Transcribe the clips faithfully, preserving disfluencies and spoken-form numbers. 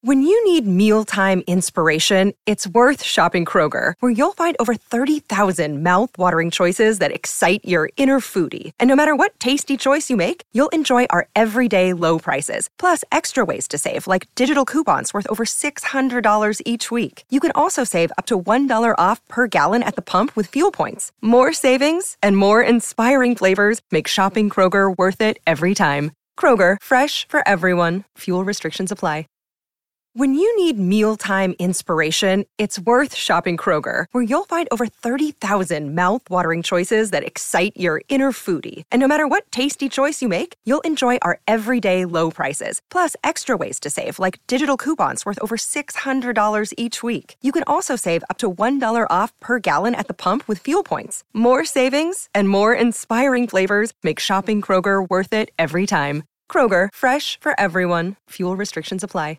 When you need mealtime inspiration, it's worth shopping Kroger, where you'll find over thirty thousand mouth-watering choices that excite your inner foodie. And no matter what tasty choice you make, you'll enjoy our everyday low prices, plus extra ways to save, like digital coupons worth over six hundred dollars each week. You can also save up to one dollar off per gallon at the pump with fuel points. More savings and more inspiring flavors make shopping Kroger worth it every time. Kroger, fresh for everyone. Fuel restrictions apply. When you need mealtime inspiration, it's worth shopping Kroger, where you'll find over thirty thousand mouth-watering choices that excite your inner foodie. And no matter what tasty choice you make, you'll enjoy our everyday low prices, plus extra ways to save, like digital coupons worth over six hundred dollars each week. You can also save up to one dollar off per gallon at the pump with fuel points. More savings and more inspiring flavors make shopping Kroger worth it every time. Kroger, fresh for everyone. Fuel restrictions apply.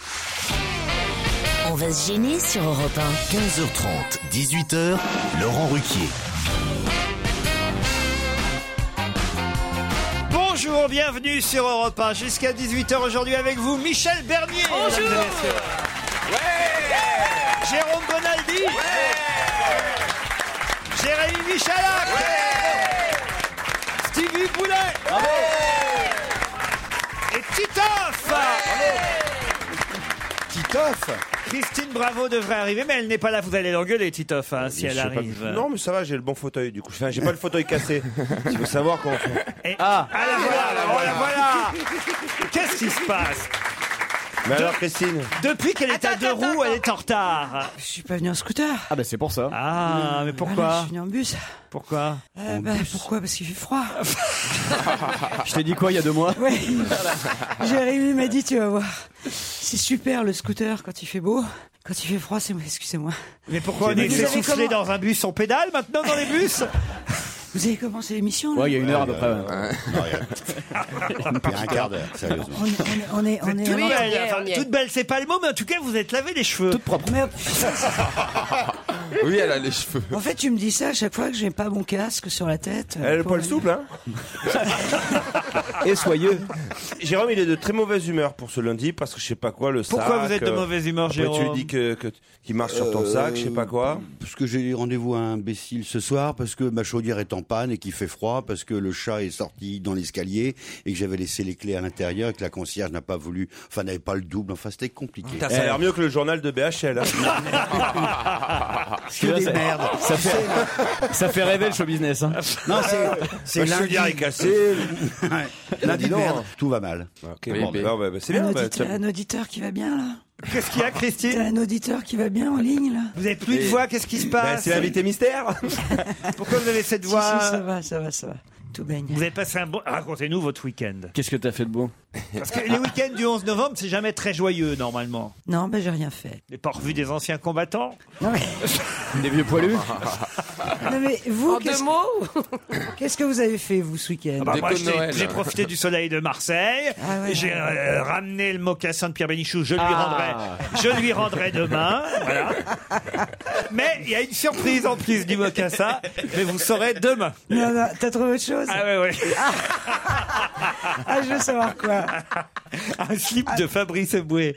On va se gêner sur Europe un. quinze heures trente, dix-huit heures, Laurent Ruquier. Bonjour, bienvenue sur Europe un. Jusqu'à dix-huit heures aujourd'hui avec vous, Michel Bernier. Bonjour. Ouais. Jérôme Bonaldi. Ouais. Jérémy Michalak. Ouais. Stevie Boulet. Ouais. Et Titoff. Ouais. Titoff. Christine Bravo devrait arriver, mais elle n'est pas là. Vous allez l'engueuler, Titoff, hein, si elle arrive. Pas... Non, mais ça va, j'ai le bon fauteuil, du coup. Enfin, j'ai pas le fauteuil cassé. Il faut savoir comment on fait. Et... Ah, ah la voilà, la voilà, voilà. Qu'est-ce qui se passe? Mais alors, Christine, depuis qu'elle est à deux roues, elle est en retard. Je suis pas venu en scooter. Ah bah c'est pour ça. Ah, mais pourquoi? Voilà, je suis venu en bus. Pourquoi? euh, bah, Pourquoi? Parce qu'il fait froid. Je t'ai dit quoi il y a deux mois? Ouais. Jérémy m'a dit, tu vas voir. C'est super le scooter quand il fait beau. Quand il fait froid, c'est moi, excusez-moi. Mais pourquoi on est soufflé dans un bus? On pédale maintenant dans les bus? Vous avez commencé l'émission? Ouais, il y a une heure à peu près. Ouais. Non, il y a un quart d'heure, sérieusement. On est, on est, on est, on est, toute, on est belle, enfin, toute belle, c'est pas le mot, mais en tout cas, vous êtes lavé les cheveux. Toute propre. Mais, oui, elle a les cheveux. en fait, tu me dis ça à chaque fois que j'ai pas mon casque sur la tête. Elle a le poil souple, hein. Et soyeux. Jérôme, il est de très mauvaise humeur pour ce lundi parce que je sais pas quoi, le sac. Pourquoi vous êtes de mauvaise humeur, Après, Jérôme? tu lui dis que, que, qu'il marche sur ton sac, je sais pas quoi. Parce que j'ai rendez-vous à un imbécile ce soir, parce que ma chaudière est en panne et qu'il fait froid, parce que le chat est sorti dans l'escalier et que j'avais laissé les clés à l'intérieur et que la concierge n'a pas voulu, enfin n'avait pas le double, enfin c'était compliqué. Ça a l'air mieux que le journal de B H L. Hein. Que des ça, merdes. Ça fait, ça fait rêver le show business. Hein. Non, c'est, c'est La chaudière est cassée. lundi de merde, tout va mal. Ok, bon, bah, bah, bah, c'est un, bien. Bah, auditeur, un auditeur qui va bien, là. Qu'est-ce qu'il y a, Christine? T'as un auditeur qui va bien en ligne, là. Vous avez plus de Et... voix, qu'est-ce qui se passe? Bah, c'est l'invité mystère. Pourquoi vous avez cette voix? Si, si, ça va, ça va, ça va. Tout baigne. Vous avez passé un bon... Racontez-nous votre week-end. Qu'est-ce que t'as fait de beau? Parce que les week-ends du onze novembre, c'est jamais très joyeux, normalement. Non, ben j'ai rien fait. Vous n'avez pas revu des anciens combattants? Non, mais, Des vieux poilus? non, mais vous, En qu'est-ce, deux mots qu'est-ce que vous avez fait, vous, ce week-end? Ah bah, moi, Déco de j'ai, Noël. j'ai profité du soleil de Marseille. Ah ouais, j'ai ouais. euh, ramené le mocassin de Pierre Bénichou. Je lui Ah. rendrai, je lui rendrai demain. Voilà. Mais il y a une surprise en plus du mocassin. Mais vous saurez demain. Non, non, t'as trouvé autre chose? Ah ouais, ouais. Ah, je veux savoir quoi. Un slip de Fabrice Eboué.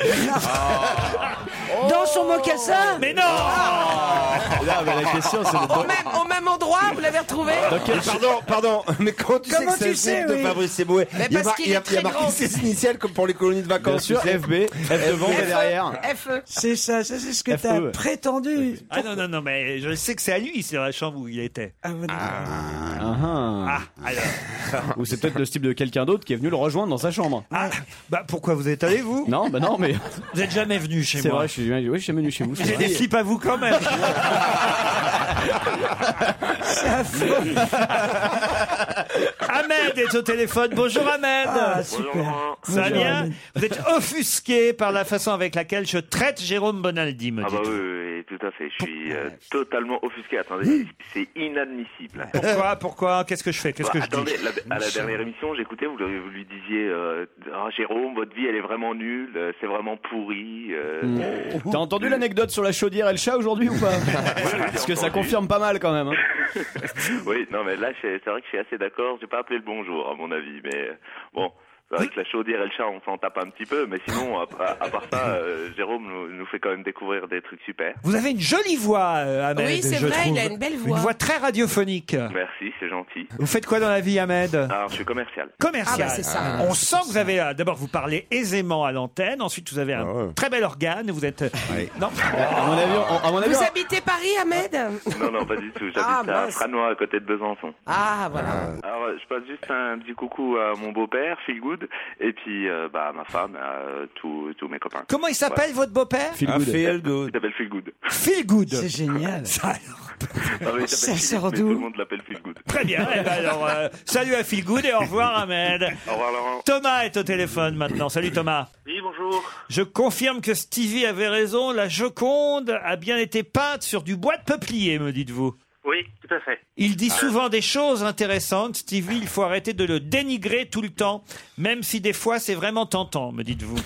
Dans son mocassin? Mais non. Là, bah, la question c'est de... Au même, au même endroit, vous l'avez retrouvé? Dans quel... Pardon, pardon, mais comment tu Comment sais que tu c'est sais, le slip oui. de Fabrice Eboué? Mais Il y a, parce mar- qu'il il y a, est il y a très marqué grand. ses initiales comme pour les colonies de Bien vacances. sûr, tu sais. F B, F devant, B derrière. F E. C'est ça, ça c'est ce que F t'as E. prétendu. Ah non, non, non, mais je sais que c'est à lui, c'est dans la chambre où il était. Ah, bon, Ah, Ah, alors. Ou c'est peut-être le slip de quelqu'un d'autre qui est venu le rejoindre dans sa chambre. Ah, bah pourquoi vous êtes allé, vous? Non, bah non, mais Vous êtes jamais venu chez c'est moi. vrai, je suis, oui, je suis venu chez vous. c'est J'ai vrai. des slips à vous quand même. c'est affreux. Ahmed est au téléphone. Bonjour Ahmed. Ah, super. Ça va Bonjour, bien? Ahmed. Vous êtes offusqué par la façon avec laquelle je traite Jérôme Bonaldi, me Ah bah dites. oui, oui, oui, tout à fait. Je suis euh, totalement offusqué. Attendez, c'est inadmissible. Pourquoi? Pourquoi? Qu'est-ce que je fais? Qu'est-ce Bah, que je attendez, dis? la- à la dernière émission, j'écoutais, vous, lui- vous lui disiez euh, ah, Jérôme, votre vie, elle est vraiment nulle, euh, c'est vraiment pourri. euh, Mmh. T'as entendu l'anecdote sur la chaudière et le chat aujourd'hui ou pas? Parce que ça entendu. confirme pas mal quand même. Hein. Oui, non, mais là, c'est c'est vrai que je suis assez d'accord. J'ai pas appelé le bonjour, à mon avis, mais euh, bon. C'est vrai que la chaudière et le chat, on s'en tape un petit peu, mais sinon, à, à, à part ça, euh, Jérôme nous, nous fait quand même découvrir des trucs super. Vous avez une jolie voix, euh, Ahmed. Oui, c'est je vrai, trouve. il a une belle voix. Une voix très radiophonique. Merci, c'est gentil. Vous faites quoi dans la vie, Ahmed? Alors, je suis commercial. Commercial. Ah bah, c'est ça. On sent que vous avez, euh, d'abord, vous parlez aisément à l'antenne, ensuite vous avez un Ah ouais. très bel organe, vous êtes... Ouais. Non. À mon avis, on- à mon avis, Vous on- habitez Paris, Ahmed? Non, non, pas du tout. J'habite Ah, à mince. Franois, à côté de Besançon. Ah, voilà. Alors, euh, je passe juste un petit coucou à mon beau-père, Feel Good, et puis euh, bah, à ma femme, à euh, tous tous mes copains. Comment il s'appelle, votre beau-père? Feel Ah, good. feel good. Il s'appelle Feel Good. Feel Good. C'est génial. Ça, alors. Ah oui, il Ça s'appelle sort Philippe, mais d'où tout le monde l'appelle Feel Good. Très bien. Eh ben alors, euh, salut à Feel Good et au revoir, Ahmed. Au revoir, Laurent. Thomas est au téléphone maintenant. Salut Thomas. Oui, bonjour. Je confirme que Stevie avait raison. La Joconde a bien été peinte sur du bois de peuplier, me dites-vous. Oui, tout à fait. Il dit souvent des choses intéressantes. Stevie, il faut arrêter de le dénigrer tout le temps, même si des fois c'est vraiment tentant, me dites-vous.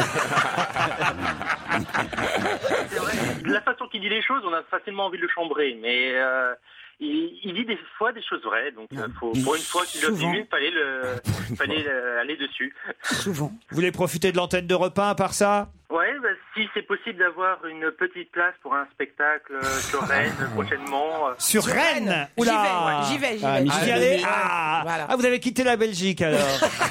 C'est vrai. De la façon qu'il dit les choses, on a facilement envie de le chambrer, mais euh, il, il dit des fois des choses vraies, donc euh, faut, pour une fois qu'il le dit Souvent. une, fallait le, fallait euh, aller dessus. Souvent. Vous voulez profiter de l'antenne de repas à part ça? Ouais, bah, si c'est possible d'avoir une petite place pour un spectacle euh, sur Rennes prochainement. euh. Sur Rennes. J'y vais, Oula. j'y vais, j'y Ah, vais. Michel Vous y Ah, allez oui. ah. Voilà. Ah, vous avez quitté la Belgique alors.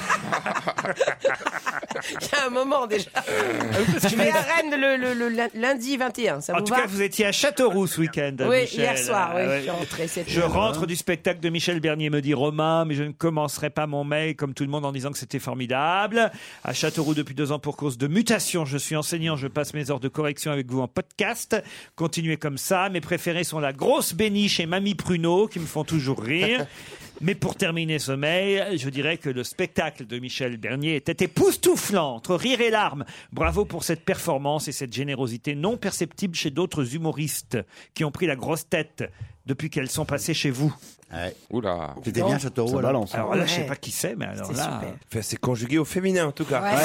Il y a un moment déjà. Je vais à Rennes le, le, le lundi vingt et un, ça En vous tout va? cas, vous étiez à Châteauroux ce week-end. Oui, Michel. hier soir, oui, Ah, je suis rentré. c'était- Je rentre du spectacle de Michel Bernier, me dit Romain, mais je ne commencerai pas mon mail comme tout le monde en disant que c'était formidable. À Châteauroux depuis deux ans pour cause de mutation. Je suis enseignant, je passe mes heures de correction avec vous en podcast. Continuez comme ça. Mes préférés sont la grosse Béniche et Mamie Pruneau qui me font toujours rire. Mais pour terminer ce mail, je dirais que le spectacle de Michel Bernier était époustouflant, entre rire et larmes. Bravo pour cette performance et cette générosité non perceptible chez d'autres humoristes qui ont pris la grosse tête depuis qu'elles sont passées chez vous. Ouais. Oula. C'était bien Châteauroux. Ça alors balance. Alors là, Ouais. je sais pas qui c'est, mais alors C'était là... super. Enfin, c'est conjugué au féminin en tout cas. Ouais.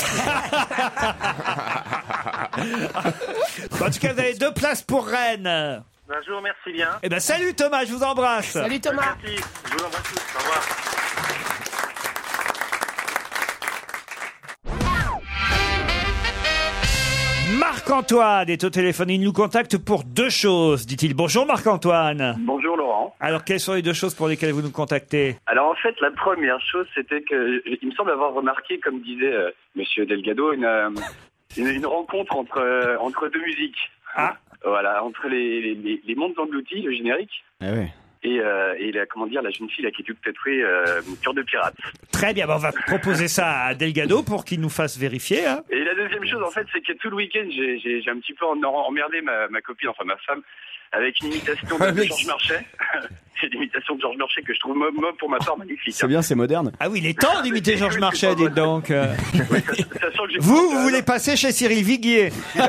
En tout cas, vous avez deux places pour Rennes. Ben, je vous remercie bien. Eh ben, salut Thomas, je vous embrasse. Salut Thomas. Merci. Je vous embrasse tous. Au revoir. Marc-Antoine est au téléphone. Il nous contacte pour deux choses, dit-il. Bonjour Marc-Antoine. Bonjour Laurent. Alors, quelles sont les deux choses pour lesquelles vous nous contactez? Alors en fait, la première chose, c'était que il me semble avoir remarqué, comme disait euh, Monsieur Delgado, une, euh, une, une rencontre entre euh, entre deux musiques. Ah. Voilà, entre les les, les mondes engloutis, le générique, Ah ouais. et euh, et la comment dire la jeune fille là qui est toute tatouée, euh, cœur de pirate. Très bien, ben, on va proposer ça à Delgado pour qu'il nous fasse vérifier. Hein. Et la deuxième chose, en fait, c'est que tout le week-end, j'ai j'ai j'ai un petit peu en- emmerdé ma ma copine, enfin ma femme, avec une imitation de, de Georges Marchais. C'est une imitation de Georges Marchais que je trouve mob mob pour ma part magnifique. C'est bien, c'est moderne. Ah oui, il est temps d'imiter Georges Marchais, dites donc. Euh, Oui, ça, ça sent que j'ai- Vous, vous voulez passer chez Cyril Viguier?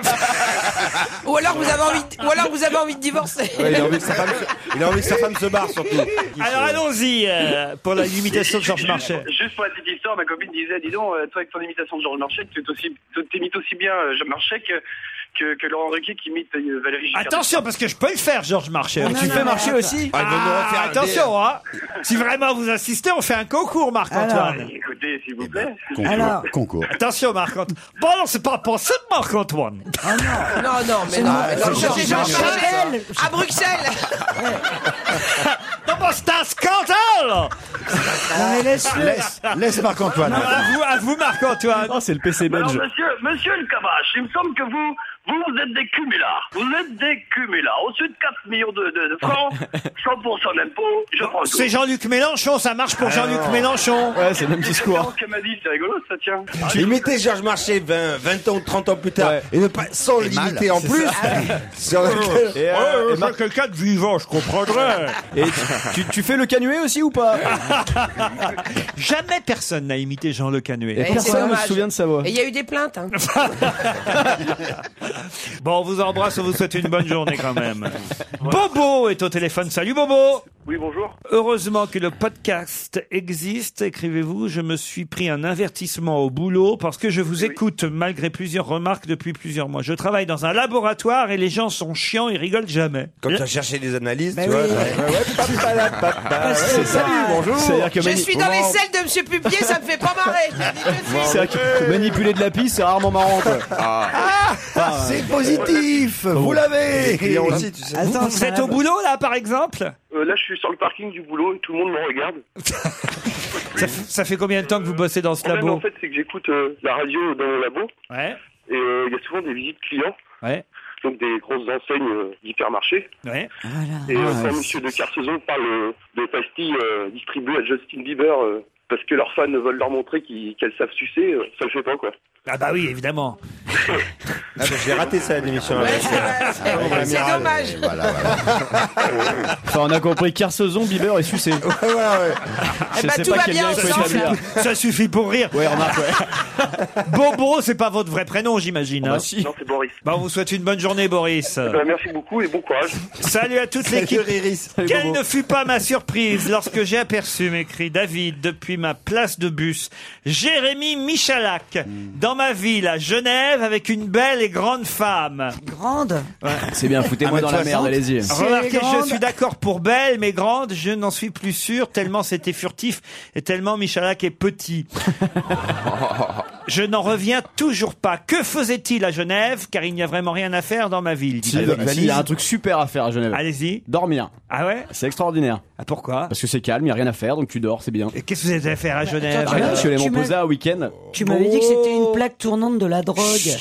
Ou alors vous avez envie, de- ou alors vous avez envie de divorcer. Ouais, il, a envie que sa femme, il a envie que sa femme se barre surtout. Alors allons-y euh, pour la- l'imitation de Georges Marchais. Juste pour la petite histoire, ma copine disait, dis donc, euh, toi avec ton imitation de Georges Marchais, tu aussi, t'imites aussi bien euh, Georges Marchais que, que, que Laurent Ruquier qui imite euh, Valérie Giscard. Attention, parce que je peux le faire, Georges Marchais. Oh, Tu non, fais non, marcher mais aussi. Ah, il va nous Ah, refaire un attention, hein. Si vraiment vous insistez, on fait un concours, Marc-Antoine. Écoutez, s'il vous plaît. Concours. Alors. Concours. Attention, Marc-Antoine. Bon, non, c'est pas possible, Marc-Antoine. Non, non, mais non. mais non, c'est c'est Georges Georges Marchais. Marchais à Bruxelles. Non, bon, c'est un scandale. Non, mais laisse-le. Laisse, laisse Marc-Antoine. Non, à vous, à vous, Marc-Antoine. Oh, c'est le P C Alors, belge. monsieur, monsieur le Cabache, il me semble que vous, vous, vous êtes des cumulards. Vous êtes des cumulards. Au-dessus de quatre millions de, de, de francs, cent pour cent d'impôts, je prends tout. C'est Jean-Luc Mélenchon, ça marche pour Jean-Luc Mélenchon. Ouais, c'est le même C'est discours. ce qu'elle m'a dit, c'est rigolo, ça tient. Imitez Georges Marchais vingt, vingt ans, trente ans plus tard. Ouais. Et ne pas, sans Et mal, l'imiter en c'est plus. Sur le- Et, euh, et Marc- quelqu'un de vivant, je comprendrais. et tu, tu fais le canuet aussi ou pas? Jamais personne n'a imité Jean Le Canuet. Et c'est personne ne se dommage. souvient de sa voix. Et il y a eu des plaintes. Hein. Bon, on vous embrasse, on vous souhaite une bonne journée quand même. Bobo est au téléphone. Salut Bobo. Oui, bonjour. Heureusement que le podcast existe. Écrivez-vous, je me suis pris un avertissement au boulot parce que je vous écoute malgré plusieurs remarques depuis plusieurs mois. Je travaille dans un laboratoire et les gens sont chiants, ils rigolent jamais. Quand tu as cherché des analyses, Bah tu oui. vois. Ouais, ouais, papalapapa. C'est ça. Salut, bonjour. C'est-à-dire que Je mani- suis dans les selles de Monsieur Pupier, ça me fait pas marrer. Je le dis tout de suite. C'est-à-dire que manipuler de la pisse, c'est rarement marrant, quoi. Ah, c'est positif. Vous l'avez. Client aussi, tu sais. Attends, Vous êtes au boulot là, par exemple? Euh, là, je suis sur le parking du boulot et tout le monde me regarde. ça, f- ça fait combien de temps que vous bossez dans ce Le problème, labo? en fait, c'est que j'écoute euh, la radio dans mon labo Ouais, et euh, il y a souvent des visites clients, ouais, donc des grosses enseignes euh, d'hypermarchés. ouais. Voilà. Et euh, Ah, quand ouais. Monsieur de Carsozon parle euh, de pastilles euh, distribuées à Justin Bieber euh, parce que leurs fans veulent leur montrer qu'ils- qu'elles savent sucer, euh, ça le fait pas, quoi. Ah bah oui, évidemment. Ah, bah, j'ai raté ça, l'émission. Ouais, avec, c'est euh, vrai, c'est- avec c'est l'amiral. dommage. Et voilà, voilà. Enfin, on a compris Carsozon, Bieber et sucé. Ouais, ouais, ouais. Eh Je bah, sais tout pas va quel bien lien il faut ensemble. établir. Ça suffit pour rire. Ouais, remarque, ouais. Bobo, c'est pas votre vrai prénom, j'imagine. Ah bah hein. si. Non, c'est Boris. Bah, on vous souhaite une bonne journée, Boris. Bah, merci beaucoup et bon courage. Salut à toute l'équipe. Quelle ne fut pas ma surprise lorsque j'ai aperçu, m'écrit David, depuis ma place de bus, Jérémy Michalak, dans ma ville, à Genève, avec une belle et grande femme. Grande. C'est bien, foutez-moi dans la merde, allez-y. Remarquez, grande. je suis d'accord pour belle, mais grande, je n'en suis plus sûr, tellement c'était furtif et tellement Michalak est petit. Je n'en reviens toujours pas. Que faisait-il à Genève? Car il n'y a vraiment rien à faire dans ma ville. Si, dit-il. bah, si, il y a un truc super à faire à Genève. Allez-y. Dormir. Ah ouais? C'est extraordinaire. Ah, pourquoi? Parce que c'est calme, il n'y a rien à faire, donc tu dors, c'est bien. Et qu'est-ce que vous êtes allé faire à Genève? Rien, je suis allé Tu m'en m'as- poser un week-end. Tu m'avais dit que c'était une plaque tournante de la drogue.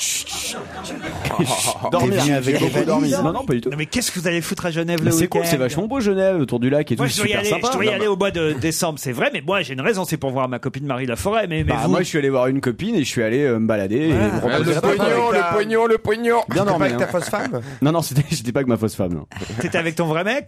Dormir. venu avec J'ai des beaucoup dormi. valises Non, non, pas du tout. Non, mais qu'est-ce que vous allez foutre à Genève Mais le c'est week-end? cool, c'est vachement beau Genève, autour du lac et tout, Moi, je c'est dois y super aller, sympa. je dois y Non, aller au mois de décembre, c'est vrai, mais moi, j'ai une raison, c'est pour voir ma copine Marie Laforêt, mais, mais Bah, vous, moi, je suis allé voir une copine et je suis allé euh, me balader et me reposer Le la tête. pognon, le pognon, le pognon. Bien T'es dormi, pas avec ta hein. fausse femme? Non, non, c'était, j'étais pas avec ma fausse femme, non. t'étais avec ton vrai mec?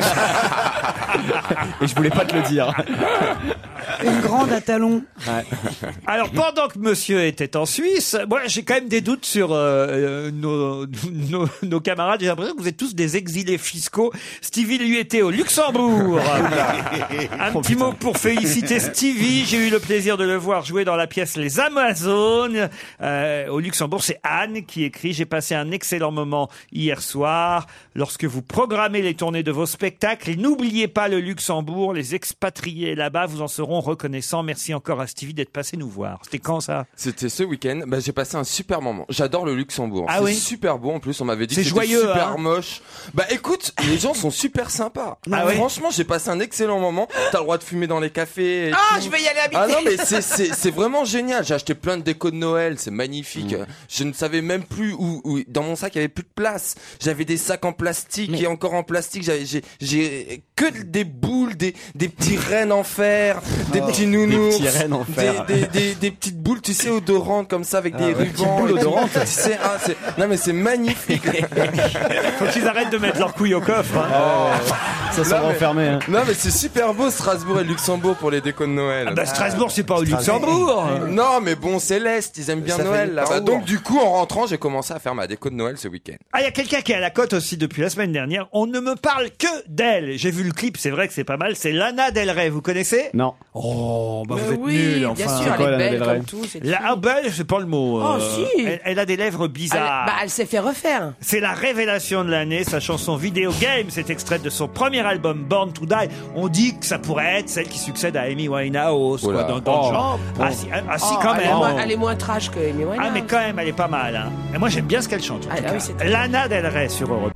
Et je voulais pas te le dire. Une grande à talons. Alors, pendant que monsieur était en Suisse, moi, j'ai quand même des doutes sur euh, euh, nos, nos, nos camarades. J'ai l'impression que vous êtes tous des exilés fiscaux. Stevie, lui, était au Luxembourg. Un petit mot pour féliciter Stevie. J'ai eu le plaisir de le voir jouer dans la pièce Les Amazones. Euh, au Luxembourg, c'est Anne qui écrit « J'ai passé un excellent moment hier soir. Lorsque vous programmez les tournées de vos spectacles, n'oubliez pas le Luxembourg. Les expatriés là-bas vous en seront reconnaissants. Merci encore à Stevie d'être passé nous voir. » C'était quand ça? C'était ce week-end. Bah, j'ai passé un super moment. J'adore le Luxembourg. Ah c'est oui super beau en plus. On m'avait dit C'est que c'était joyeux, super hein moche. Bah écoute, les gens sont super sympas. Ah ouais Franchement, j'ai passé un excellent moment. T'as le droit de fumer dans les cafés. et Ah, tout. je vais y aller habiter. Ah non, mais c'est, c'est, c'est vraiment génial. J'ai acheté plein de décos de Noël. C'est magnifique. Je ne savais même plus où, où, dans mon sac, il y avait plus de place. J'avais des sacs en plastique et encore en plastique. J'avais, j'ai, j'ai que des boules, des, des petits rennes en fer, des petits nounours. Des petits rennes en fer. Des, des, des, des petites boules, tu sais, odorantes comme ça avec des ouais, rubans. petites boules et tout. odorantes. Tu sais, ah, c'est, non mais c'est magnifique. Faut qu'ils arrêtent de mettre leurs couilles au coffre. Hein. Ça sera Non, mais- enfermé. Hein. Non mais c'est super beau Strasbourg et Luxembourg pour les décos de Noël. Ah bah, Strasbourg, c'est pas au Luxembourg. Non mais bon, c'est l'Est, ils aiment bien Ça fait Noël du là-bas. parcours. Donc du coup, en rentrant, j'ai commencé à faire ma déco de Noël ce week-end. Ah, il y a quelqu'un qui est à la côte aussi depuis la semaine dernière. On ne me parle que d'elle. J'ai vu le clip, c'est vrai que c'est pas mal. C'est Lana Del Rey, vous connaissez? Non. Oh, bah Mais vous êtes oui, nuls, bien enfin. sûr, quoi, elle est Lana belle Del Rey comme tout. c'est La tout. ah, belle, c'est pas le mot. Oh, euh, si. elle, elle a des lèvres Elle, bizarres. bah, elle s'est fait refaire. C'est la révélation de l'année. Sa chanson Video Game, c'est extraite de son premier album Born to Die. On dit que ça pourrait être celle qui succède à Amy Winehouse, quoi, Oula. dans, dans Oh. le genre. Oh. Ah si, ah, ah, si, Oh, quand elle, même. est moins, elle est moins trash que Amy Winehouse. Ah, mais quand même, elle est pas mal. Hein. Et moi, j'aime bien ce qu'elle chante. en Ah, tout ah cas. oui, c'est très Lana Del Rey sur Europe.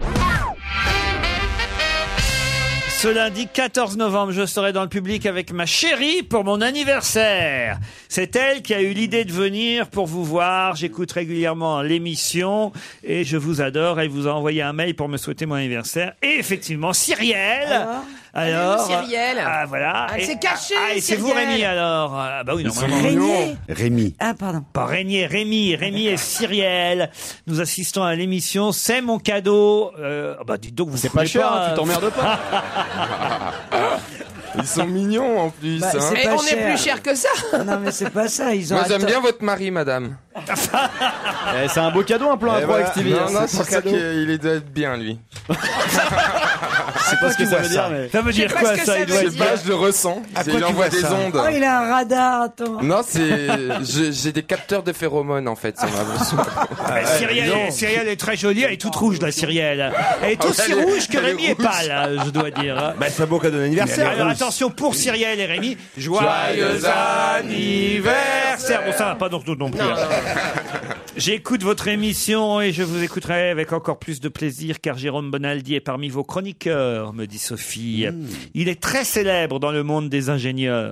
Ce lundi quatorze novembre, je serai dans le public avec ma chérie pour mon anniversaire. C'est elle qui a eu l'idée de venir pour vous voir. J'écoute régulièrement l'émission et je vous adore. Elle vous a envoyé un mail pour me souhaiter mon anniversaire. Et effectivement, Cyrielle. Alors Alors, Cyrielle. Ah voilà. Elle Et- s'est cachée, Ah, et c'est vous Cyrielle. Rémi alors. Ah, bah oui, normalement. Régnier. Rémi. Ah, pardon. Pas Régnier, Rémi, Rémi et Cyrielle. Nous assistons à l'émission. C'est mon cadeau. Euh, bah dites donc, vous C'est foutez pas cher, hein, euh, tu t'emmerdes pas. Ils sont mignons en plus. Bah, hein. c'est Mais pas on est cher. plus cher que ça. Non, mais c'est pas ça. Ils ont Moi j'aime atta- bien votre mari, madame. Eh, c'est un beau cadeau, un plan Eh à pro voilà. avec Stevie. Non, hein, non, c'est c'est pas ça cadeau. qu'il est- doit être bien, lui. Je sais pas ce que ça veut dire, mais. Ça veut Je sais dire pas quoi ce que ça, ça il doit veut Je être sais dire. pas, je le ressens. À quoi Il tu envoie vois des ça ondes. Oh, il a un radar, attends. Non, c'est. je- J'ai des capteurs de phéromones en fait sur ma bouche. Ah, Cyrielle, est, Cyrielle est très jolie, elle est toute rouge la Cyrielle. Elle est Ah, aussi elle est- rouge que elle est Rémi est rouge. pâle, hein, je dois dire. Bah, c'est un beau cadeau d'anniversaire. Alors attention pour Cyrielle et Rémi, joyeux anniversaire. Bon ça va pas non, non plus. hein. J'écoute votre émission et je vous écouterai avec encore plus de plaisir car Jérôme Bonaldi est parmi vos chroniqueurs, me dit Sophie. Mmh. Il est très célèbre dans le monde des ingénieurs.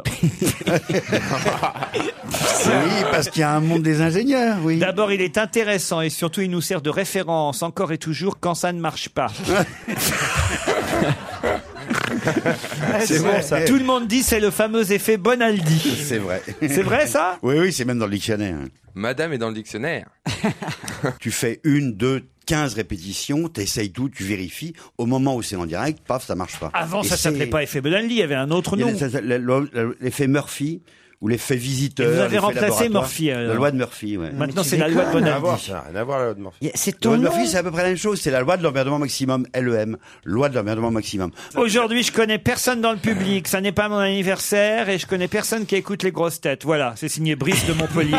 Oui, parce qu'il y a un monde des ingénieurs, oui. D'abord, il est intéressant et surtout, il nous sert de référence encore et toujours quand ça ne marche pas. C'est bon, ça. Tout le monde dit c'est le fameux effet Bonaldi. C'est vrai. C'est vrai ça? Oui, oui, c'est même dans le dictionnaire. Madame est dans le dictionnaire. Tu fais une, deux, quinze répétitions, t'essayes tout, tu vérifies. Au moment où c'est en direct, paf, ça marche pas. Avant, Et ça c'est- s'appelait pas effet Bonaldi, il y avait un autre Il y a nom. le- ça- le- le- l'effet Murphy ou l'effet visiteur. Et vous avez l'effet remplacé laboratoire. Murphy, alors. La loi de Murphy, ouais. Maintenant, tu c'est la loi de déconnes. Rien à voir, Bonaldi. ça. Rien à voir, la loi de Murphy. Y a- C'est La ton loi de nom. Murphy, c'est à peu près la même chose. C'est la loi de l'emmerdement maximum, L E M. Loi de l'emmerdement maximum. Aujourd'hui, je connais personne dans le public. Ça n'est pas mon anniversaire et je connais personne qui écoute les grosses têtes. Voilà, c'est signé Brice de Montpellier.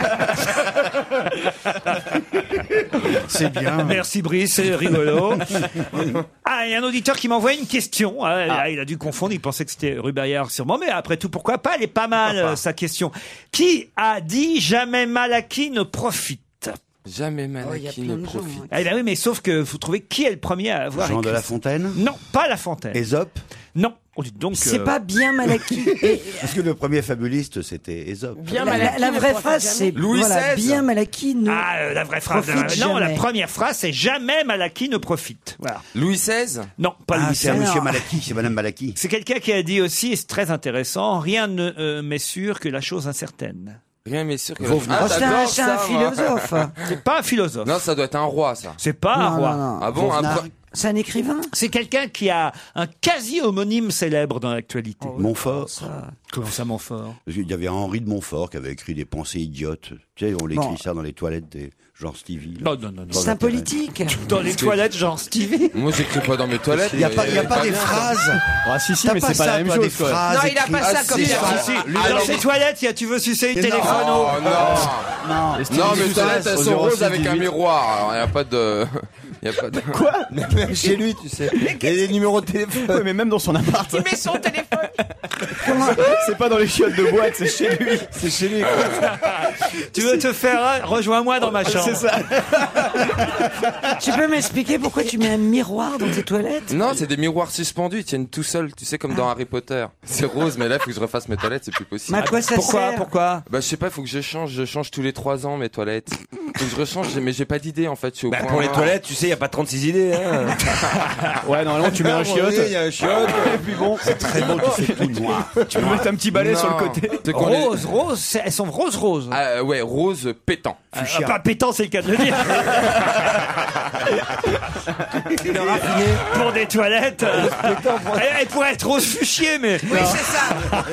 C'est bien. Merci Brice, c'est rigolo. Ah, il y a un auditeur qui m'envoie une question. Ah, ah, il a dû confondre, il pensait que c'était Rubayard sûrement, mais après tout, pourquoi pas? Elle est pas mal, euh, sa question. Qui a dit jamais mal acquis ne profite? Jamais Oh, y a Malaki plein ne de gens, profite. hein. Ah, eh ben oui, mais sauf que vous trouvez qui est le premier à avoir Jean de écrit La ça? Fontaine. Non, pas La Fontaine. Ésope. Non. Oh, dites donc. C'est euh, pas bien mal acquis. Et Parce que le premier fabuliste, c'était Ésope. Bien la, mal la- acquis, la ne vraie profite phrase, jamais. c'est Louis voilà, seize. bien mal acquis. Ne... Ah, euh, la vraie phrase. Profite non, la jamais. première phrase, c'est jamais mal acquis ne profite. Voilà. Louis seize. Non, pas Ah, Louis c'est un seize. monsieur Alors. Malaki, c'est madame Malaki. C'est quelqu'un qui a dit aussi, et c'est très intéressant, rien ne euh, m'est sûr que la chose incertaine. Rien mais sûr que. Vauvenard. Ah, Oh, c'est un, j'adore c'est un ça, moi. philosophe. C'est pas un philosophe. Non, ça doit être un roi, ça. C'est pas un Non, roi. non, non. Ah bon, un Vauvenard. pre- C'est un écrivain. C'est quelqu'un qui a un quasi-homonyme célèbre dans l'actualité. Montfort. Comment ça, Montfort? Il y avait Henri de Montfort qui avait écrit des pensées idiotes. Tu sais, on l'écrit Bon. ça dans les toilettes des genre Stevie. là. Non, non, non, non. C'est un politique. Dans les toilettes, genre Stevie. Moi, j'écris pas dans mes toilettes. Il n'y a mais- pas, il y a pas des bien, ça. phrases. Ah, si, si, T'as mais c'est pas ça, la même toi, chose, des quoi. phrases Non, il a écrites. pas ça Ah, comme si, ça. si, si. Lui, Ah, dans non, ses mais- toilettes, il y a, tu veux sucer une téléphone Oh non. Non. Non, mais les toilettes, elles sont roses avec un dix-huit. miroir. Alors, il n'y a pas de. Il y a pas de. Quoi? Même chez lui, tu sais. Il y a des numéros de téléphone. Ouais, mais même dans son appart. Il met son téléphone. C'est pas dans les chiottes de boîte, c'est chez lui. C'est chez lui. Tu veux te faire, hein, rejoins-moi dans ma chambre. C'est ça. Tu peux m'expliquer pourquoi tu mets un miroir dans tes toilettes? Non, c'est des miroirs suspendus, ils tiennent tout seuls, tu sais, comme dans Harry Potter. C'est rose, mais là, il faut que je refasse mes toilettes, c'est plus possible. Mais à quoi ça Pourquoi? sert? Pourquoi? Bah, je sais pas, il faut que je change, je change tous les trois ans mes toilettes. Faut que je rechange, j'ai- mais j'ai pas d'idée, en fait, je suis au Bah, point pour les mort. toilettes, tu sais, il n'y a pas trente-six idées. Hein. Ouais, normalement, tu mets un chiotte. Il y a un chiotte. Et puis bon, C'est très beau, tu fais tout noir. tu peux mettre un petit balai Non. sur le côté. C'est qu'on les- Rose, rose, c'est- elles sont roses, roses. Ah, ouais, rose pétant. Ah, pas pétant, c'est le cas de le dire. Pour des toilettes. euh, elle, elle pourrait être rose fuchier, mais. Oui, c'est ça.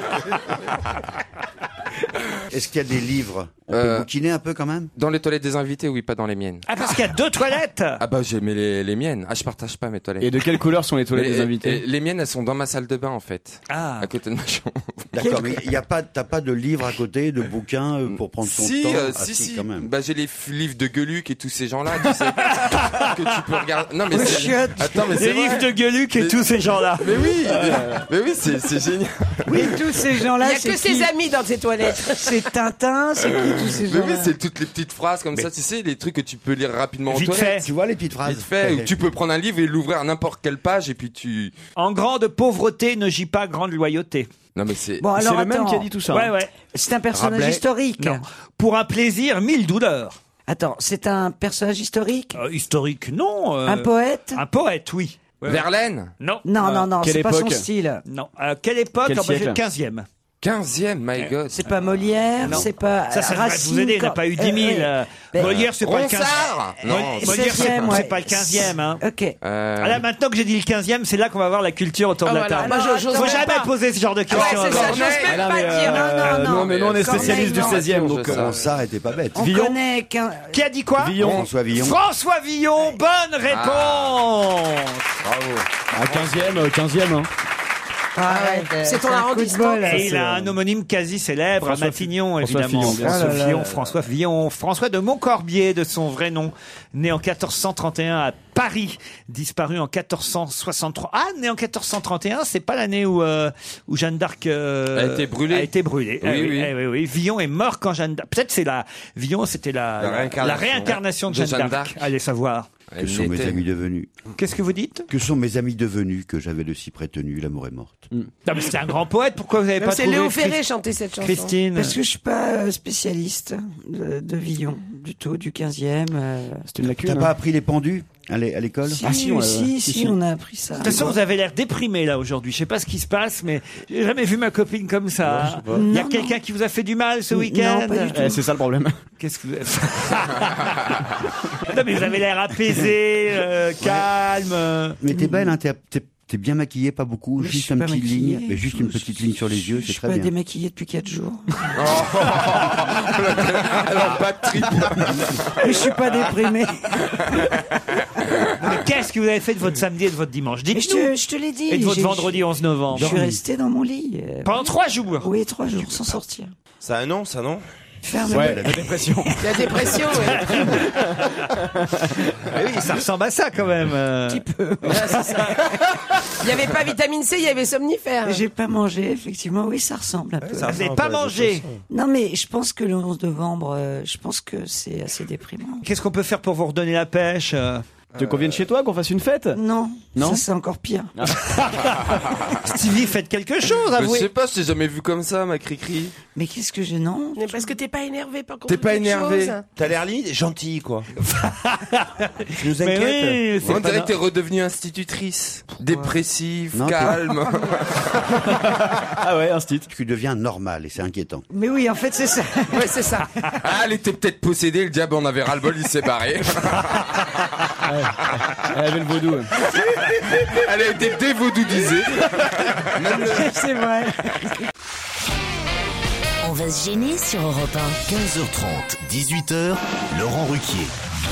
Est-ce qu'il y a des livres? On peut Euh, bouquiner un peu quand même? Dans les toilettes des invités, oui, pas dans les miennes. Ah, parce qu'il y a deux toilettes. Ah bah, j'ai mis les, les miennes. Ah, je partage pas mes toilettes. Et de quelle couleur sont les toilettes Mais- des invités? et- Les miennes, elles sont dans ma salle de bain, en fait. Ah. À côté de ma chambre. D'accord, mais il y a pas, t'as pas de livres à côté, de bouquins euh, pour prendre son Si, temps? euh, Ah, si, si. quand même. Bah, j'ai les f- livres de Gueluc et tous ces gens-là, tu sais, que tu peux regarder. Non, mais Oh, c'est. chiotte. Attends, mais Les c'est livres vrai. de Gueluc et Mais- tous ces gens-là. Mais oui, mais, mais oui, c'est c'est génial. Oui, tous ces Il gens-là, n'y a c'est que qui? ses amis dans ses toilettes. C'est Tintin, c'est qui tous ces Mais gens-là? oui, c'est toutes les petites phrases comme ça, tu sais, les trucs que tu peux lire rapidement en Vite toilette. fait. Tu vois les petites phrases? Vite fait, ou tu peux prendre un livre et l'ouvrir à n'importe quelle page et puis tu. En grande pauvreté ne gît pas grande loyauté. Non, mais c'est. Bon, C'est alors le même attends. qui a dit tout ça. Ouais, hein. ouais. C'est un personnage Rabelais. historique. Non. Pour un plaisir, mille douleurs. Attends, c'est un personnage historique? Euh, historique, non. euh, Un poète? Un poète, oui. Ouais, ouais. Verlaine. Non. Non, Euh, non, non, quelle c'est pas son époque style. Non. Euh, quelle époque? Quel Ah, bah, j'ai siècle le quinzième. quinzième, my God. C'est pas Molière, Non. c'est pas Ça, ça devrait Racine. vous aider, il n'a pas eu dix mille. Euh, euh, ouais. Molière, c'est pas le quinzième. Ronsard Non. Molière, c'est seizième, c'est ouais. pas le quinzième. Hein. Ok. Euh, Ah là, maintenant que j'ai dit le quinzième, c'est là qu'on va voir la culture autour Ah, de la voilà. table. Moi, je- j'ose Faut même jamais pas. poser ce genre de Ouais, questions. c'est ça, avant. j'ose même Ah, non, pas mais, dire. euh, Non, non, non. non, mais nous on est Corneille, spécialistes du non. seizième, donc. Je sais. euh, Ronsard était pas bête. On Villon. connaît qu'un. Qui a dit quoi Villon. François Villon. François Villon, bonne réponse. À quinzième, euh, quinzième, hein. Arrête, C'est ton un coup de arrondissement. bol. Et il c'est, a euh, un homonyme quasi célèbre François à Matignon, François évidemment. Fillon, bien François sûr. Fillon, Ah là là. François Villon, François de Montcorbier, de son vrai nom, né en quatorze cent trente et un à Paris, disparu en quatorze cent soixante-trois. Ah, né en quatorze cent trente et un, c'est pas l'année où euh, où Jeanne d'Arc euh, A été brûlée. A été brûlée. Oui, Eh oui. eh oui, oui. Villon est mort quand Jeanne d'Arc. Peut-être c'est la Villon, c'était la La réincarnation. la réincarnation de, De Jeanne Jeanne d'Arc. d'Arc. Allez savoir. Que Elle sont mes l'était. amis devenus Qu'est-ce que vous dites? Que sont mes amis devenus que j'avais de si prétenus L'amour est morte. Non, mais c'était un grand poète. Pourquoi vous n'avez Non, pas C'est trouvé Léo Christ- Ferré chanter cette chanson. Christine? Parce que je suis pas euh, spécialiste de, de Villon, du tout, du quinzième. euh. C'est une lacune. T'as hein. pas appris les pendus à l'é- à l'école? Si, Ah, si, on l'a- si, si, si, si. on a appris ça. De toute façon, vous avez l'air déprimé là aujourd'hui. Je sais pas ce qui se passe, mais j'ai jamais vu ma copine comme ça. Il y a Non, quelqu'un qui vous a fait du mal ce Non, week-end? pas du tout. Eh, c'est ça le problème. Qu'est-ce que vous avez Non, mais vous avez l'air apaisé, euh, calme. euh. Mais t'es belle, hein, t'es, t'es- t'es bien maquillée, pas beaucoup, Mais je juste suis une pas petite maquillée. ligne, mais juste une petite ligne sur les yeux, Je c'est suis très pas bien. démaquillée depuis quatre jours. Alors, pas de trip. Mais je suis pas déprimée. Non, mais qu'est-ce que vous avez fait de votre samedi et de votre dimanche? Mais je Dites-nous. te, je te l'ai dit. Et de votre j'ai- vendredi onze novembre. Je suis restée dans mon lit. euh, Pendant trois jours. Oui, trois jours sans sortir. Ça a un nom, ça, non? Ferme Ouais, la dépression. La dépression, ouais. Ah oui, ça ressemble à ça quand même. euh. un petit peu. Il n'y avait pas vitamine C, il y avait somnifère. J'ai pas mangé, effectivement. Oui, ça ressemble un peu. Vous n'avez pas mangé. Non, mais je pense que le onze novembre, euh, je pense que c'est assez déprimant. Qu'est-ce qu'on peut faire pour vous redonner la pêche? euh Tu veux qu'on vienne chez toi, qu'on fasse une fête? Non, Non ça c'est encore pire. Stevie, faites quelque chose, Mais je avouez. sais pas, je t'ai jamais vu comme ça, ma cri-cri. Mais qu'est-ce que j'ai non Mais parce que t'es pas énervé par contre. T'es pas énervé. T'as l'air li- gentil, quoi. Tu nous Mais inquiètes. oui, c'est On pas dirait no- que t'es redevenue institutrice. Dépressive, Non, t'es- calme. Ah ouais, un stit. Tu deviens normal et c'est inquiétant. Mais oui, en fait, c'est ça. Ouais, c'est ça. Ah, elle était peut-être possédée, le diable en avait ras-le-bol, il s'est barré. Elle avait le vaudou. Elle a été dévaudoudisée. Même le- C'est vrai. On va se gêner sur Europe un. quinze heures trente, dix-huit heures, Laurent Ruquier.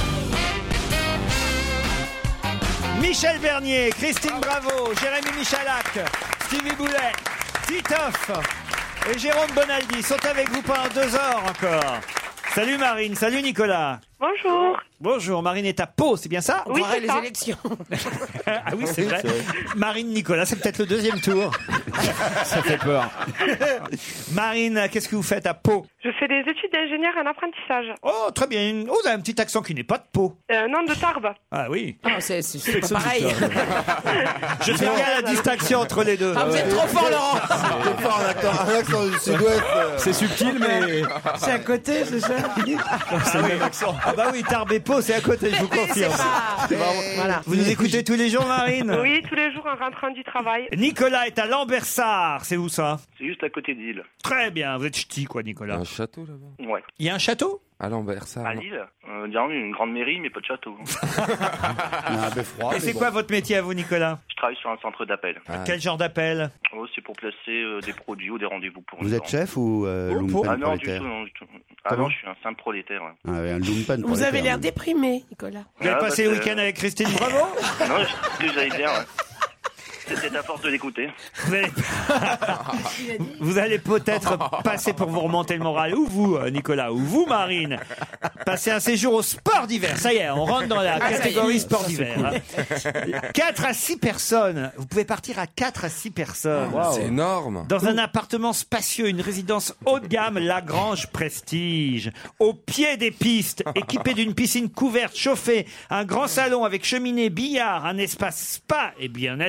Michel Bernier, Christine Bravo, Jérémy Michalak, Stevie Boulet, Titoff et Jérôme Bonaldi sont avec vous pendant deux heures encore. Salut Marine, salut Nicolas. Bonjour. Bonjour, Marine est à Pau, c'est bien ça? On Oui, croirait c'est les ça. élections. Ah oui, c'est vrai. Marine, Nicolas, c'est peut-être le deuxième tour. Ça fait peur. Marine, qu'est-ce que vous faites à Pau? Je fais des études d'ingénieur en apprentissage. Oh, très bien. Oh, vous avez un petit accent qui n'est pas de Pau. Euh, non, de Tarbes. Ah oui. Ah, c'est c'est- c'est pas pareil. Je fais bien la distinction entre les deux. Ah, vous êtes trop fort, Laurent. T'es fort en accent- un accent du sud-ouest. euh. C'est subtil, mais. C'est à côté, c'est ça C'est le même accent. Ah bah oui, Tarbes et Pau, c'est à côté, je vous confirme. Voilà. Vous nous écoutez tous les jours, Marine? Oui, tous les jours en rentrant du travail. Nicolas est à Lambersart, c'est où ça? C'est juste à côté de Lille. Très bien, vous êtes ch'ti quoi, Nicolas. Un château là-bas. Ouais. Il y a un château? À l'Anvers, ça. À Lille, euh, disons, une grande mairie, mais pas de château. Un beffroi, Et mais c'est bon. quoi votre métier à vous, Nicolas? Je travaille sur un centre d'appel. Ah. Quel genre d'appel? Oh, c'est pour placer euh, des produits ou des rendez-vous pour Vous les êtes gens. chef ou euh, Oh, lumpen Ah non, du prolétaire tout, non, du tout. Ah Comment non, je suis un simple prolétaire. Ouais. Ah, ouais, un lumpen Vous prolétaire, avez l'air même. déprimé, Nicolas. Vous avez Ah, passé bah, le c'est- week-end avec Christine Bravo? Non, je- que j'allais bien, ouais. C'était à force de l'écouter. Vous allez, vous allez peut-être passer pour vous remonter le moral, ou vous, euh, Nicolas, ou vous, Marine, passer un séjour au sport d'hiver. Ça y est, on rentre dans la ça y est. catégorie sport d'hiver. quatre à six personnes. Vous pouvez partir à quatre à six personnes. C'est énorme. Dans un appartement spacieux, une résidence haut de gamme, Lagrange Prestige. Au pied des pistes, équipé d'une piscine couverte, chauffée, un grand salon avec cheminée, billard, un espace spa et bien-être by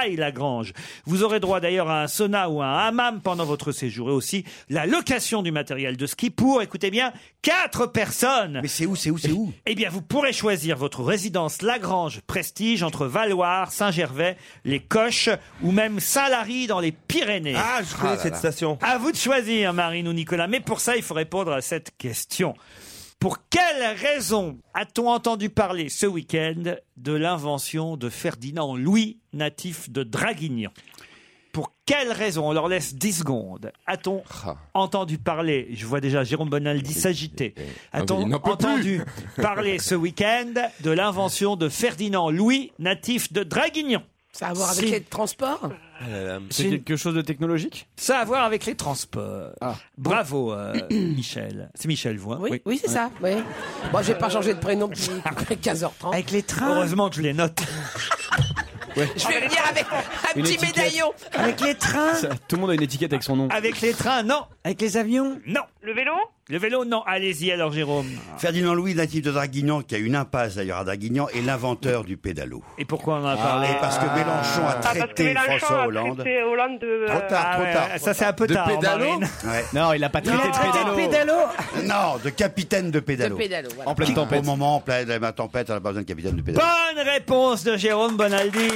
Baille-Lagrange. Vous aurez droit d'ailleurs à un sauna ou à un hammam pendant votre séjour et aussi la location du matériel de ski pour, écoutez bien, quatre personnes. Mais c'est où, c'est où, c'est où? Eh bien, vous pourrez choisir votre résidence Lagrange Prestige entre Valloire, Saint-Gervais, les Coches ou même Saint-Lary dans les Pyrénées. Ah, je connais Ah là cette là. station. À vous de choisir, Marine ou Nicolas. Mais pour ça, il faut répondre à cette question. Pour quelle raison a-t-on entendu parler ce week-end de l'invention de Ferdinand Louis, natif de Draguignan? Pour quelle raison, on leur laisse dix secondes, a-t-on Ah. entendu parler, je vois déjà Jérôme Bonaldi s'agiter, Ah oui, a-t-on il n'en peut entendu parler ce week-end de l'invention de Ferdinand Louis, natif de Draguignan? Ça a à voir avec Si. les transports. C'est quelque chose de technologique? Ça a à voir avec les transports. Ah. Bravo, euh, Michel. C'est Michel, vous, hein? Oui, oui, c'est ça. Oui. Bon, j'ai pas changé de prénom depuis quinze heures trente. Avec les trains. Heureusement que je les note. Je vais venir avec un Une petit étiquette. médaillon. Avec les trains. Ça, tout le monde a une étiquette avec son nom. Avec les trains, non. Avec les avions. Non. Le vélo? Le vélo, non. Allez-y alors, Jérôme. Ferdinand Louis, natif de Draguignan, qui a une impasse d'ailleurs à Draguignan, est l'inventeur du pédalo. Et pourquoi on en a Et parlé? parce que Mélenchon a Ah, parce que traité Mélenchon François a Hollande. traité Hollande de... Trop tard, Ah trop ouais, tard. ça c'est un peu De tard, pédalo Marine. Ouais. Non, il a pas traité Il a de traité de pédalo. pédalo. Non, de capitaine de pédalo. De pédalo, voilà. En pleine Au tempête. moment, en pleine la tempête, on n'a pas besoin de capitaine de pédalo. Bonne réponse de Jérôme Bonaldi.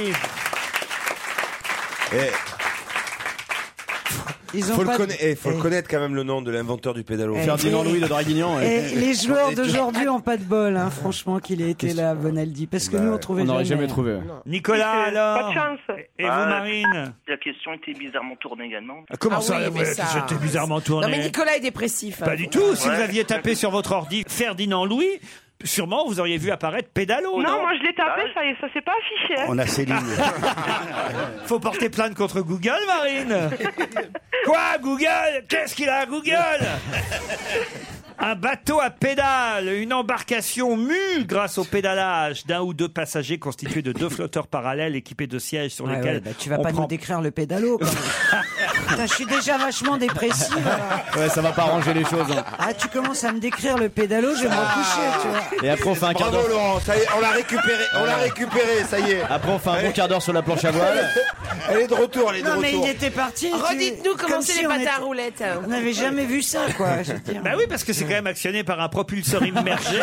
Eh, Ils ont faut, le pas. conna- eh, faut le Eh. connaître quand même le nom de l'inventeur du pédalo. Eh. Ferdinand Louis de Draguignan. ouais. Et les joueurs d'aujourd'hui ont pas de bol, hein, franchement, qu'il ait été là, Bonaldi, parce que Bah, nous on trouvait On n'aurait jamais. jamais trouvé. Nicolas C'est- alors. Pas de chance. Et vous, Ah, Marine? La question était bizarrement tournée également. Comment Ah ça, oui, la mais voilà, ça- c'était bizarrement tourné? Non, mais Nicolas est dépressif. Pas hein. du tout. Si Ouais. vous aviez tapé sur votre ordi Ferdinand Louis, sûrement vous auriez vu apparaître pédalo. Non, Non, moi je l'ai tapé, Ah, ça, y est, ça s'est pas affiché. hein. On a Céline. Faut porter plainte contre Google, Marine. Quoi, Google? Qu'est-ce qu'il a, Google? Un bateau à pédales, une embarcation mue grâce au pédalage d'un ou deux passagers constitués de deux flotteurs parallèles équipés de sièges sur Ouais, lesquels ouais, bah, tu vas on pas prend... nous décrire le pédalo. quand même. Putain, je suis déjà vachement dépressive. alors. Ouais, ça va pas arranger les choses. hein. Ah, tu commences à me décrire le pédalo, je vais me recoucher, tu vois. Et après, on fait un quart Bravo d'heure. Laurent, ça y est, on l'a récupéré, on l'a récupéré, ça y est. Après, on fait un bon quart d'heure sur la planche à voile. Elle est de retour, elle est de Non, mais retour. il était parti. tu- Redites-nous comment comme c'est si les on patins était- à roulettes. On n'avait jamais vu ça, quoi. Je veux dire. Bah oui, parce que c'est quand même actionné par un propulseur immergé.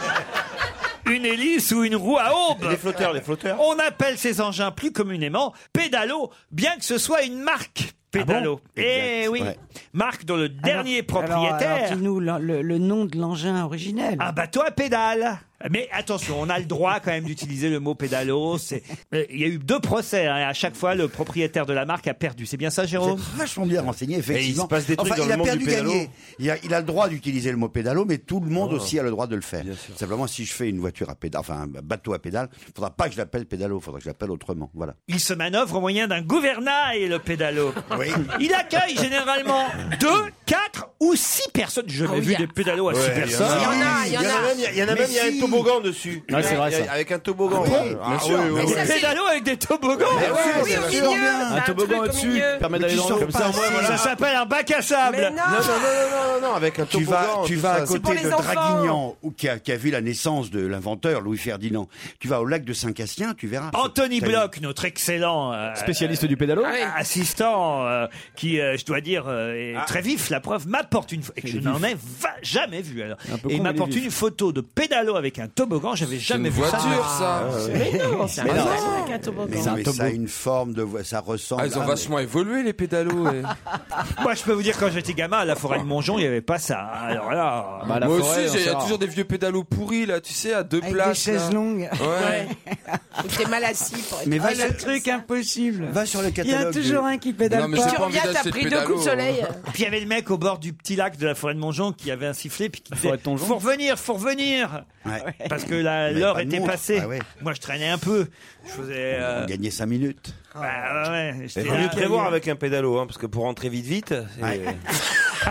Une hélice ou une roue à aube. Les flotteurs, les flotteurs. On appelle ces engins plus communément pédalo, bien que ce soit une marque pédalo. Eh Exact, oui, ouais. marque dont le dernier Alors- propriétaire, Alors, alors, dis-nous le, le- le nom de l'engin originel. un bateau à pédales. Mais attention, on a le droit quand même d'utiliser le mot pédalo. C'est, euh, il y a eu deux procès, hein, et à chaque fois le propriétaire de la marque a perdu. C'est bien ça, Jérôme? C'est vachement bien renseigné, effectivement. Et il se passe des trucs enfin, dans il le a monde perdu du pédalo. gagné. Il a, il a le droit d'utiliser le mot pédalo, mais tout le monde Oh. aussi a le droit de le faire. Bien sûr. Simplement, si je fais une voiture à pédale, enfin un bateau à pédale, il faudra pas que je l'appelle pédalo, il faudra que je l'appelle autrement. Voilà. Il se manœuvre au moyen d'un gouvernail, le pédalo. Oui. Il accueille généralement deux, quatre ou six personnes. J'ai jamais Oh, vu yeah. des pédalos à six Ouais, personnes. Il y en a, il y en a. même, il y en a Mais même, il y a si. un toboggan dessus. Ouais, c'est vrai, Il y a- ça. Avec un toboggan. Ah bon ouais. Bien sûr. oui, oui, Mais oui. ça, Des c'est- pédalos avec des toboggans. Mais ouais, Oui, c'est au milieu. vachement c'est Un truc toboggan au au-dessus milieu. permet d'aller tu dans sors l'eau. pas ça, moi, assez. voilà. Ça s'appelle un bac à sable. Mais non. Non, non, non, non, non, non, avec un Tu toboggan. vas, tu tout vas ça. à C'est pour côté de les enfants. Draguignan, où, qui, a, qui a vu la naissance de l'inventeur, Louis Ferdinand. Tu vas au lac de Saint-Cassien, tu verras. Anthony T'as une- Bloch, notre excellent euh, Spécialiste du pédalo. Ah oui. assistant, euh, qui, euh, je dois dire, euh, est Ah. très vif. La preuve m'apporte une, et que je Il est n'en vif. ai va- jamais vu. Alors, Un peu et il con, mais il est m'apporte vif. une photo de pédalo avec un toboggan. J'avais C'est jamais une vu ça. voiture, ça. Mais non, c'est un Mais non. bateau avec un toboggan. Mais non, mais ça a une forme de, vo- ça ressemble. Ah, ils ont à- vachement évolué, les pédalos. et- Moi, je peux vous dire, quand j'étais gamin à la forêt de Montjon, il n'y avait pas ça. Alors là, Bah, la Moi forêt, aussi, on j'ai- il y a sait toujours des vieux pédalos pourris, là, tu sais, à deux Avec places. des chaises là. longues. Ouais. T'es mal assis pour être. Mais va, Ah, sur, le truc impossible. va sur le Il y a catalogue. toujours de- un qui pédale Non, mais pas. j'ai Tu pas envie reviens, t'as d'acheter de pris deux coups de pédalo. soleil. puis il y avait le mec au bord du petit lac de la forêt de Montjon qui avait un sifflet puis qui disait forêt de Tonjon. faut revenir, faut revenir. Ouais. Parce que la- Mais l'heure pas de était montre. passée. Ah ouais. Moi, je traînais un peu. Je faisais. euh, On gagnait cinq minutes. bah, ouais, ouais, Il j'étais vaut là. mieux prévoir avec un pédalo, hein, parce que pour rentrer vite, vite, c'est-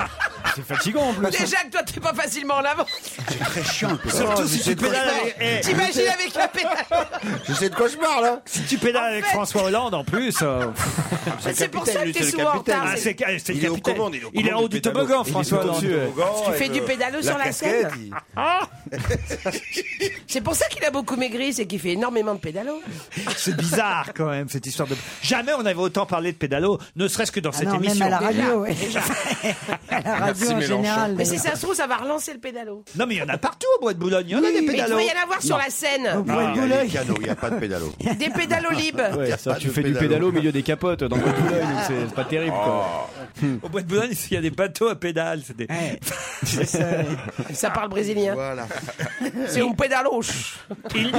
C'est fatigant en plus. Déjà que toi, t'es pas facilement en avant. C'est très chiant. Surtout si tu pédales avec... eh, T'imagines avec un pédalo. Je sais de quoi je parle, là. Si tu pédales avec François Hollande en plus. euh, C'est pour ça que t'es souvent en retard. Ah, c'est c'est le Il est aux capitaine. commandes, il est aux Il est en commandes haut du du pédalo. toboggan, Il est François Hollande. au-dessus, ouais. Tu fais du pédalo sur la scène. casquette, il- Ah, C'est pour ça qu'il a beaucoup maigri, c'est qu'il fait énormément de pédalo. c'est bizarre quand même cette histoire de. Jamais on avait autant parlé de pédalo, ne serait-ce que dans Ah cette non, émission. même à la Déjà. radio, ouais. À la radio Merci, en Mélenchon. général. Mais si ça se trouve, ça va relancer le pédalo. Non mais il y en a partout au Bois de Boulogne, il y en a des Mais il pédalos. devrait y en avoir sur la Au scène. bois de Il y a Boulogne. des canaux, il n'y a pas de pédalo. Des pédalos libres. Ouais, ça, pas tu de fais du pédalo. pédalo au milieu des capotes dans le Bois de Boulogne, donc c'est c'est pas terrible quoi. Au Bois de Boulogne, il y a des bateaux à pédales. c'est Des... Ouais. C'est ça, ouais. Ça parle brésilien. Voilà. C'est un pédalo. Il-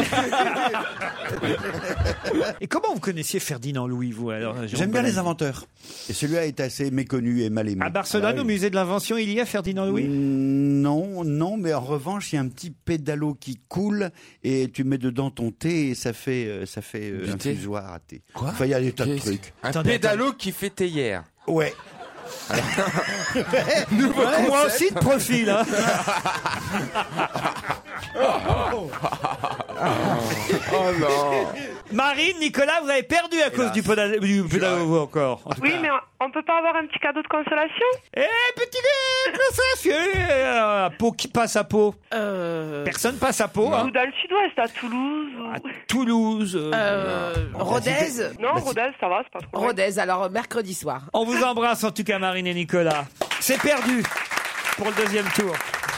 Et comment vous connaissiez Ferdinand Louis, vous alors Jérôme J'aime bien Bonnet les inventeurs. Et celui-là est assez méconnu et mal aimé. À Barcelone, Ah oui. au musée de l'invention, il y a Ferdinand Louis. Mm, Non, non, mais en revanche, il y a un petit pédalo qui coule et tu mets dedans ton thé et ça fait, euh, ça fait euh, Du un thé fusoir à thé. Quoi Enfin, il y a des tas de Qu'est-ce- trucs. Un Attendez, pédalo qui fait théière. Ouais. Nouveau Ouais, moi concept. aussi de profil. Hein. Oh non. Marine, Nicolas, vous avez perdu à cause du pédalo, du pédalo vous, encore. En tout Oui, cas. mais on peut pas avoir un petit cadeau de consolation? Eh, petit consolation, euh, à Pau, qui passe à Pau Euh, Personne passe à Pau. Hein. Ou dans le sud-ouest, à Toulouse ou... À Toulouse. euh, euh, Rodez. Non, Rodez, ça va, c'est pas trop. loin. Rodez, alors mercredi soir. On vous embrasse en tout cas, Marine et Nicolas. C'est perdu pour le deuxième tour.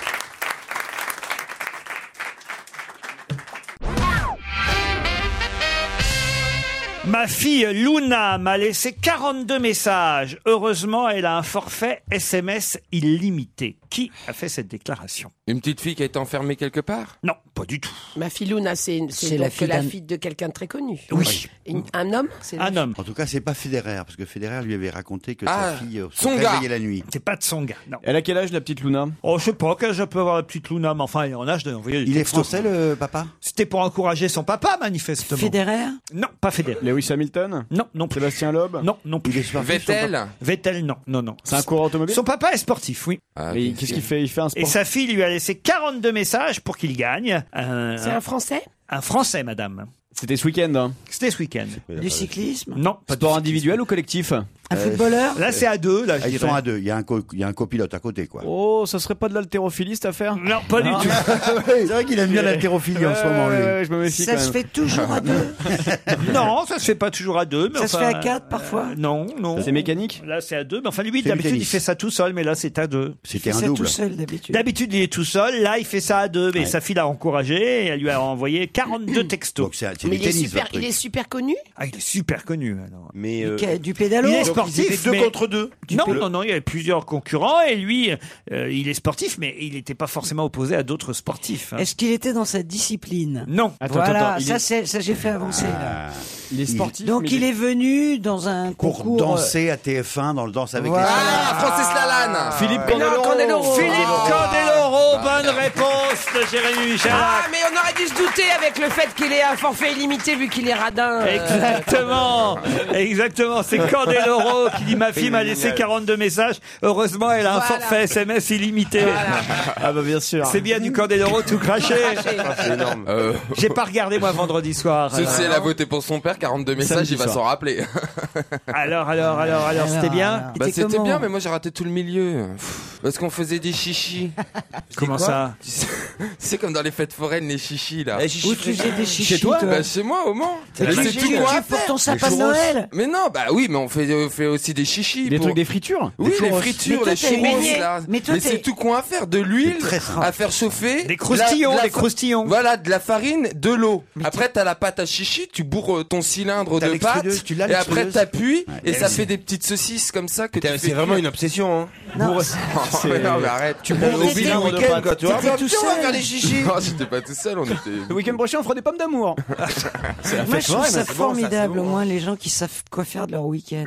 Ma fille Luna m'a laissé quarante-deux messages. Heureusement, elle a un forfait S M S illimité. Qui a fait cette déclaration? Une petite fille qui a été enfermée quelque part? Non, pas du tout. Ma fille Luna, c'est c'est C'est la donc fille la d'un- fille de quelqu'un de très connu. Oui. Une- un homme c'est la Un fille- homme. En tout cas, c'est pas Federer, parce que Federer lui avait raconté que Ah, sa fille euh, se son gars. réveillait la nuit. C'est pas de son gars, non. Elle a quel âge la petite Luna? Oh, je sais pas quel âge peut avoir la petite Luna, mais enfin, il est en âge d'envoyer des Il est textos. français, le papa? C'était pour encourager son papa, manifestement. Federer. Non, pas Federer. Lewis Hamilton? Non, non plus. Sébastien Loeb? Non, non plus. Il est sportif, son Vettel? papa Vettel, non, non, non. C'est un coureur automobile? Son papa est sportif, oui. Ah, Et ok. qu'est-ce qu'il fait? Il fait un Et sport. sa fille lui a laissé quarante-deux messages pour qu'il gagne. Un, C'est un Français un Français, madame. C'était ce week-end. Hein. C'était ce week-end. Du cyclisme. Non, pas Sport du- individuel ou collectif? Un footballeur. Là, c'est à deux, là, je Ah, ils dirais. sont à deux. Il y a un, co- il y a un copilote à côté, quoi. Oh, ça serait pas de l'haltérophilie cette affaire? Non, pas du Ah. tout. C'est vrai qu'il aime bien l'haltérophilie en ce moment, lui. Ouais, ouais, je me méfie Ça quand se même. fait toujours à deux. Non, ça se fait pas toujours à deux. Mais Ça se enfin, fait à quatre, parfois. euh, Non, non. C'est mécanique? Là, c'est à deux. Mais enfin, lui, C'est du d'habitude, il tennis. fait ça tout seul, mais là, c'est à deux. Il C'était fait un ça double. tout seul d'habitude. D'habitude, il est tout seul. Là, il fait ça à deux. Mais Ouais. sa fille l'a encouragé et elle lui a envoyé quarante-deux textos. Donc c'est c'est Mais du il est, tennis, super, leur truc. il est super connu. Ah, il est super connu, alors. Mais euh, Du- Du pédalo. Il est donc, sportif, ils étaient deux mais- contre deux. Non, non, non, il y avait plusieurs concurrents et lui, euh, il est sportif, mais il n'était pas forcément opposé à d'autres sportifs. hein. Est-ce qu'il était dans sa discipline? Non. Attends, Voilà, attends, il ça, est- c'est, ça j'ai fait avancer. là. Ah, Il est sportif. Donc mais il est venu dans un pour concours. danser à T F un dans le Danse avec Voilà. les Ah, Francis Lalanne! Philippe Mais non, Candeloro. Candeloro. Philippe Candeloro, bonne réponse de Jérémy Michalak. Ah, mais on aurait dû se douter avec le fait qu'il ait un forfait illimité vu qu'il est radin. euh. Exactement, exactement. C'est Candeloro qui dit ma fille m'a laissé quarante-deux messages. Heureusement, elle a un Voilà. forfait S M S illimité. Ah bah bien sûr. C'est bien du Candeloro tout craché. C'est énorme. Euh, J'ai pas regardé moi vendredi soir. si elle a voté pour son père, quarante-deux messages, Samedi il va soir. s'en rappeler. Alors, alors, alors, alors, c'était bien. alors. Bah C'était c'était comment bien, mais moi j'ai raté tout le milieu. Pff, Parce qu'on faisait des chichis. Comment quoi ça Tu sais, c'est comme dans les fêtes foraines, les chichis là. Eh, chichi, Où tu faisais des chichis, Chez toi, toi Bah chez moi au Mans. Des Mais c'est chichis tout quoi à pour faire. ton sapin de Noël. Mais non, bah oui, mais on fait, on fait aussi des chichis. Des pour- trucs, des fritures? Oui, Des les churros. fritures, Mais toi, les t'es churros, baigné. là. Mais toi, c'est t'es- tout con à faire. De l'huile Très simple. à faire chauffer. Des croustillons, la- la des fa- croustillons. Voilà, de la farine, de l'eau. Après, t'as la pâte à chichi, tu bourres euh, ton cylindre T'as de pâte. l'extrudeuse, tu l'as, Et après, l'extrudeuse t'appuies Ouais. et ça fait des petites saucisses comme ça que tu Putain, fais c'est vraiment cuire. une obsession. Hein. Non, Oh, mais non, mais arrête. Tu T'as bourres le des cylindre cylindres de week-end, pâte. quoi, tu vois. T'étais Bah, tout tiens, on va seul. faire des chichis. Non, j'étais pas tout seul, on était. Le week-end prochain, on fera des pommes d'amour. C'est la moi fête je trouve foraine, ça c'est bon, formidable c'est au bon. moins les gens qui savent quoi faire de leur week-end.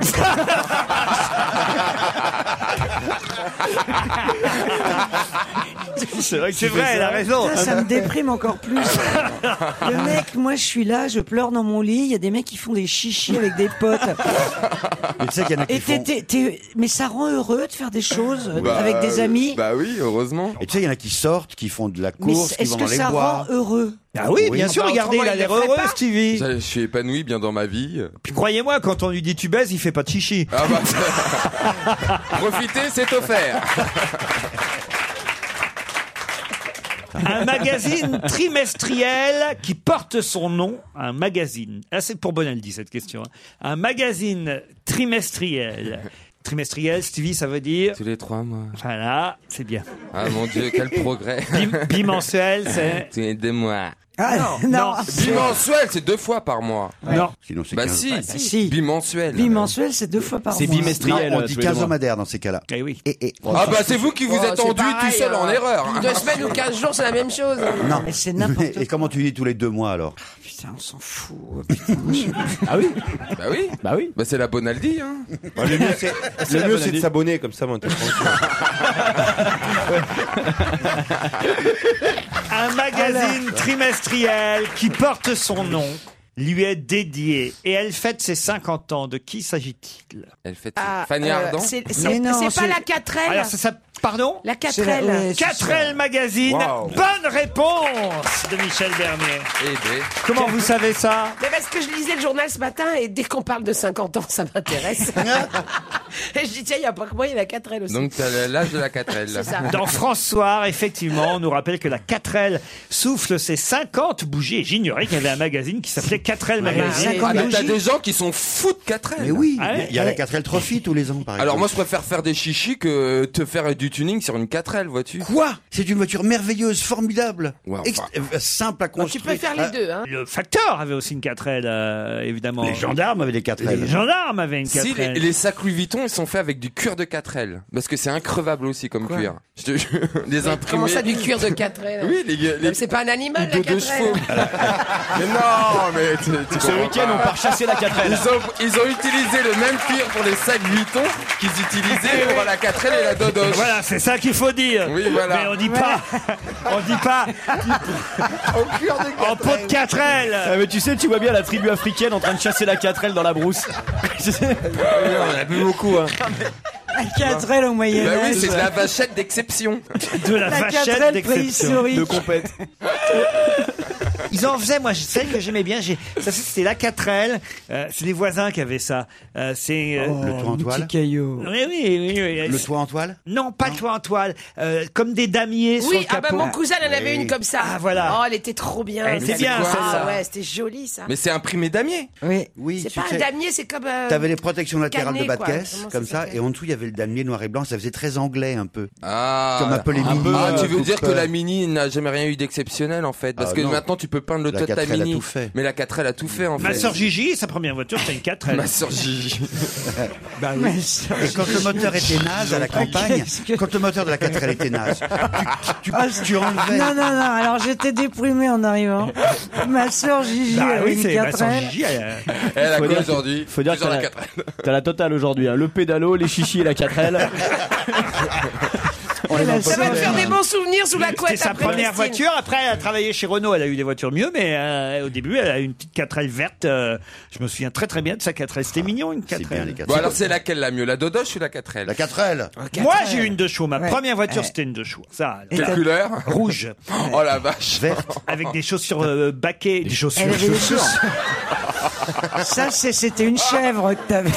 C'est vrai, c'est vrai, elle a raison. Putain, ça me déprime encore plus. Le mec, moi je suis là, je pleure dans mon lit, il y a des mecs qui font des chichis avec des potes. Mais tu sais qu'il y en a qui Et t'es- font... t'es- t'es- mais ça rend heureux de faire des choses euh, Bah, avec des amis. Bah oui, heureusement. Et tu sais, il y en a qui sortent, qui font de la Mais course, qui est-ce vont que dans les ça bois. rend heureux? Ah oui, Oui. bien sûr, Bah, regardez, il autrement, a il l'air le ferait heureux, pas. Stevie. Je suis épanoui bien dans ma vie. Puis croyez-moi, quand on lui dit tu baises, il fait pas de chichi. Ah bah, profitez, c'est offert. Un magazine trimestriel qui porte son nom, un magazine. Ah, c'est pour Bonaldi cette question. hein. Un magazine trimestriel. Trimestriel, Stevie, ça veut dire. Tous les trois mois. Voilà, c'est bien. Ah mon Dieu, quel progrès. Bim- bimensuel, c'est. Tous les deux mois. Ah, non, Bimensuel, c'est deux fois par mois. Non. Sinon, c'est Bah quinze. si, bah si. bimensuel. Bimensuel, c'est deux fois par C'est mois. bimestriel. Non, on euh, dit tous les deux mois. quinzomadaire dans ces cas-là. Eh oui. Et, et... Ah bah c'est vous qui vous Oh, êtes c'est enduit pareil, tout seul en hein. erreur. Deux semaines ou quinze jours, c'est la même chose. Non, Mais c'est n'importe Et comment tu dis tous les deux mois alors? Putain, on s'en fout. Putain, je- Ah oui. Bah oui. Bah oui. Bah c'est la Bonaldi hein. Ouais, le mieux, c'est, le la mieux, bonne c'est de idée. s'abonner, comme ça, moi, t'es tranquille. Un magazine trimestriel qui porte son nom lui est dédié et elle fête ses cinquante ans. De qui s'agit-il? Elle fait Ah, Fanny euh, Ardant. C'est Mais c'est- non, c'est c'est- pas la quatrelle. Alors, c'est ça. Pardon? La C'est la- quatrelle. ouais, c'est Quatrelle Magazine. Wow. Bonne réponse de Michel Bernier. Aidé. Comment vous savez ça? Mais parce que je lisais le journal ce matin et dès qu'on parle de cinquante ans, ça m'intéresse. Et je dis, tiens, il n'y a pas que moi, il y a la quatrelle aussi. Donc t'as l'âge de la quatrelle. C'est ça. Dans France Soir, effectivement, on nous rappelle que la quatrelle souffle ses cinquante bougies. Et j'ignorais qu'il y avait un magazine qui s'appelait Quatrelle Magazine. Ah mais t'as des gens qui sont fous de quatrelle. Mais oui, Ah ouais. il y a la quatrelle Trophy tous les ans, par exemple. Alors moi je préfère faire des chichis que te faire du tuning sur une quatrelle, vois-tu. Quoi? C'est une voiture merveilleuse, formidable, Ouais, Ext- enfin. euh, simple à Donc, construire. tu peux faire les Ah, deux, hein. Le facteur avait aussi une quatrelle, euh, évidemment. Les gendarmes avaient des quatrelles. Les gendarmes avaient une Si les, quatrelle. les sacs Louis Vuitton ils sont faits avec du cuir de quatrelle parce que c'est increvable aussi comme cuir. Je te jure, des imprimés. Comment ça, du cuir de quatrelle? Oui, les gars. Les... C'est pas un animal, la de deux quatrelle. chevaux. Mais non, mais tu, tu Ce comprends week-end, pas. on part chasser la quatrelle. Ils ont, ils ont utilisé le même cuir pour les sacs Vuitton qu'ils utilisaient pour la quatrelle et la dodoche. Voilà, c'est ça qu'il faut dire. Oui, voilà. Mais on dit pas, on dit pas en peau de quatrelle. Ah, mais tu sais, tu vois bien la tribu africaine en train de chasser la quatrelle dans la brousse. On a bu beaucoup, hein. La quatrelle au Bah Moyen-Âge. oui, c'est de la vachette d'exception. De la, La vachette quatrelle d'exception. préhistorique. De compète. Ils en faisaient, moi, celle que j'aimais bien, j'ai, ça c'était la quatrelle. Euh, c'est les voisins qui avaient ça. Euh, c'est euh, Le toit en toile. Petit caillot. oui, oui, oui, oui. Le toit en toile. Non, pas le toit en toile. Euh, comme des damiers sur le Oui, ah bah capot. mon cousin en avait Oui. une comme ça. Ah, voilà. Oh, elle était trop bien. Elle était Ça, bien, c'est- celle-là. Ah ouais, c'était joli ça. Mais c'est imprimé damier. Oui. Oui, C'est tu pas sais, un damier, c'est comme. euh, T'avais les protections latérales Canet, de bas de quoi. caisse, Comment ça comme ça, s'appelle et en dessous il y avait le damier noir et blanc. Ça faisait très anglais un peu. Ah. Comme un peu les mini. Ah, tu veux euh, dire que Cooper. la Mini n'a jamais rien eu d'exceptionnel en fait parce Ah, que non. maintenant tu peux peindre le La toit de ta quatrelle a Mini. tout fait. Mais la quatrelle a tout fait en Ma fait. sœur Gigi, sa première voiture, c'était une quatrelle. Ma sœur Gigi. Mais ça- Et quand le moteur était naze à la campagne, Qu'est-ce que- quand le moteur de la quatrelle était naze, tu, tu, Ah, tu enlevais. Non, non, non, alors j'étais déprimé en arrivant. Ma sœur Gigi Bah avait oui, une c'est ma sœur quatrelle. Gigi. Elle, Elle a Faut quoi dire que- aujourd'hui faut dire Toujours que la la- quatrelle. T'as la totale aujourd'hui, hein. Le pédalo, les chichis et la quatrelle. On est dans le Ça va te podcast. faire des bons souvenirs sous la C'était couette sa après, première Christine. voiture. Après, elle a travaillé chez Renault. Elle a eu des voitures mieux, mais euh, au début, elle a eu une petite quatrelle verte. euh, je me souviens très très bien de sa quatrelle. C'était mignon, une C'est bien quatrelle. les Bon quatrelles. alors c'est laquelle la mieux, la dodoche ou la quatrelle? La quatrelle. Moi, j'ai eu une deux chevaux. Ma Ouais. première voiture, Ouais. c'était une deux chevaux. Ça, Et Quelle t'as- couleur? rouge, Oh la vache. Verte. avec des chaussures euh, baquées, des chaussures. Elle avait des chaussures. chaussures. Ça, c'est- c'était une chèvre que t'avais.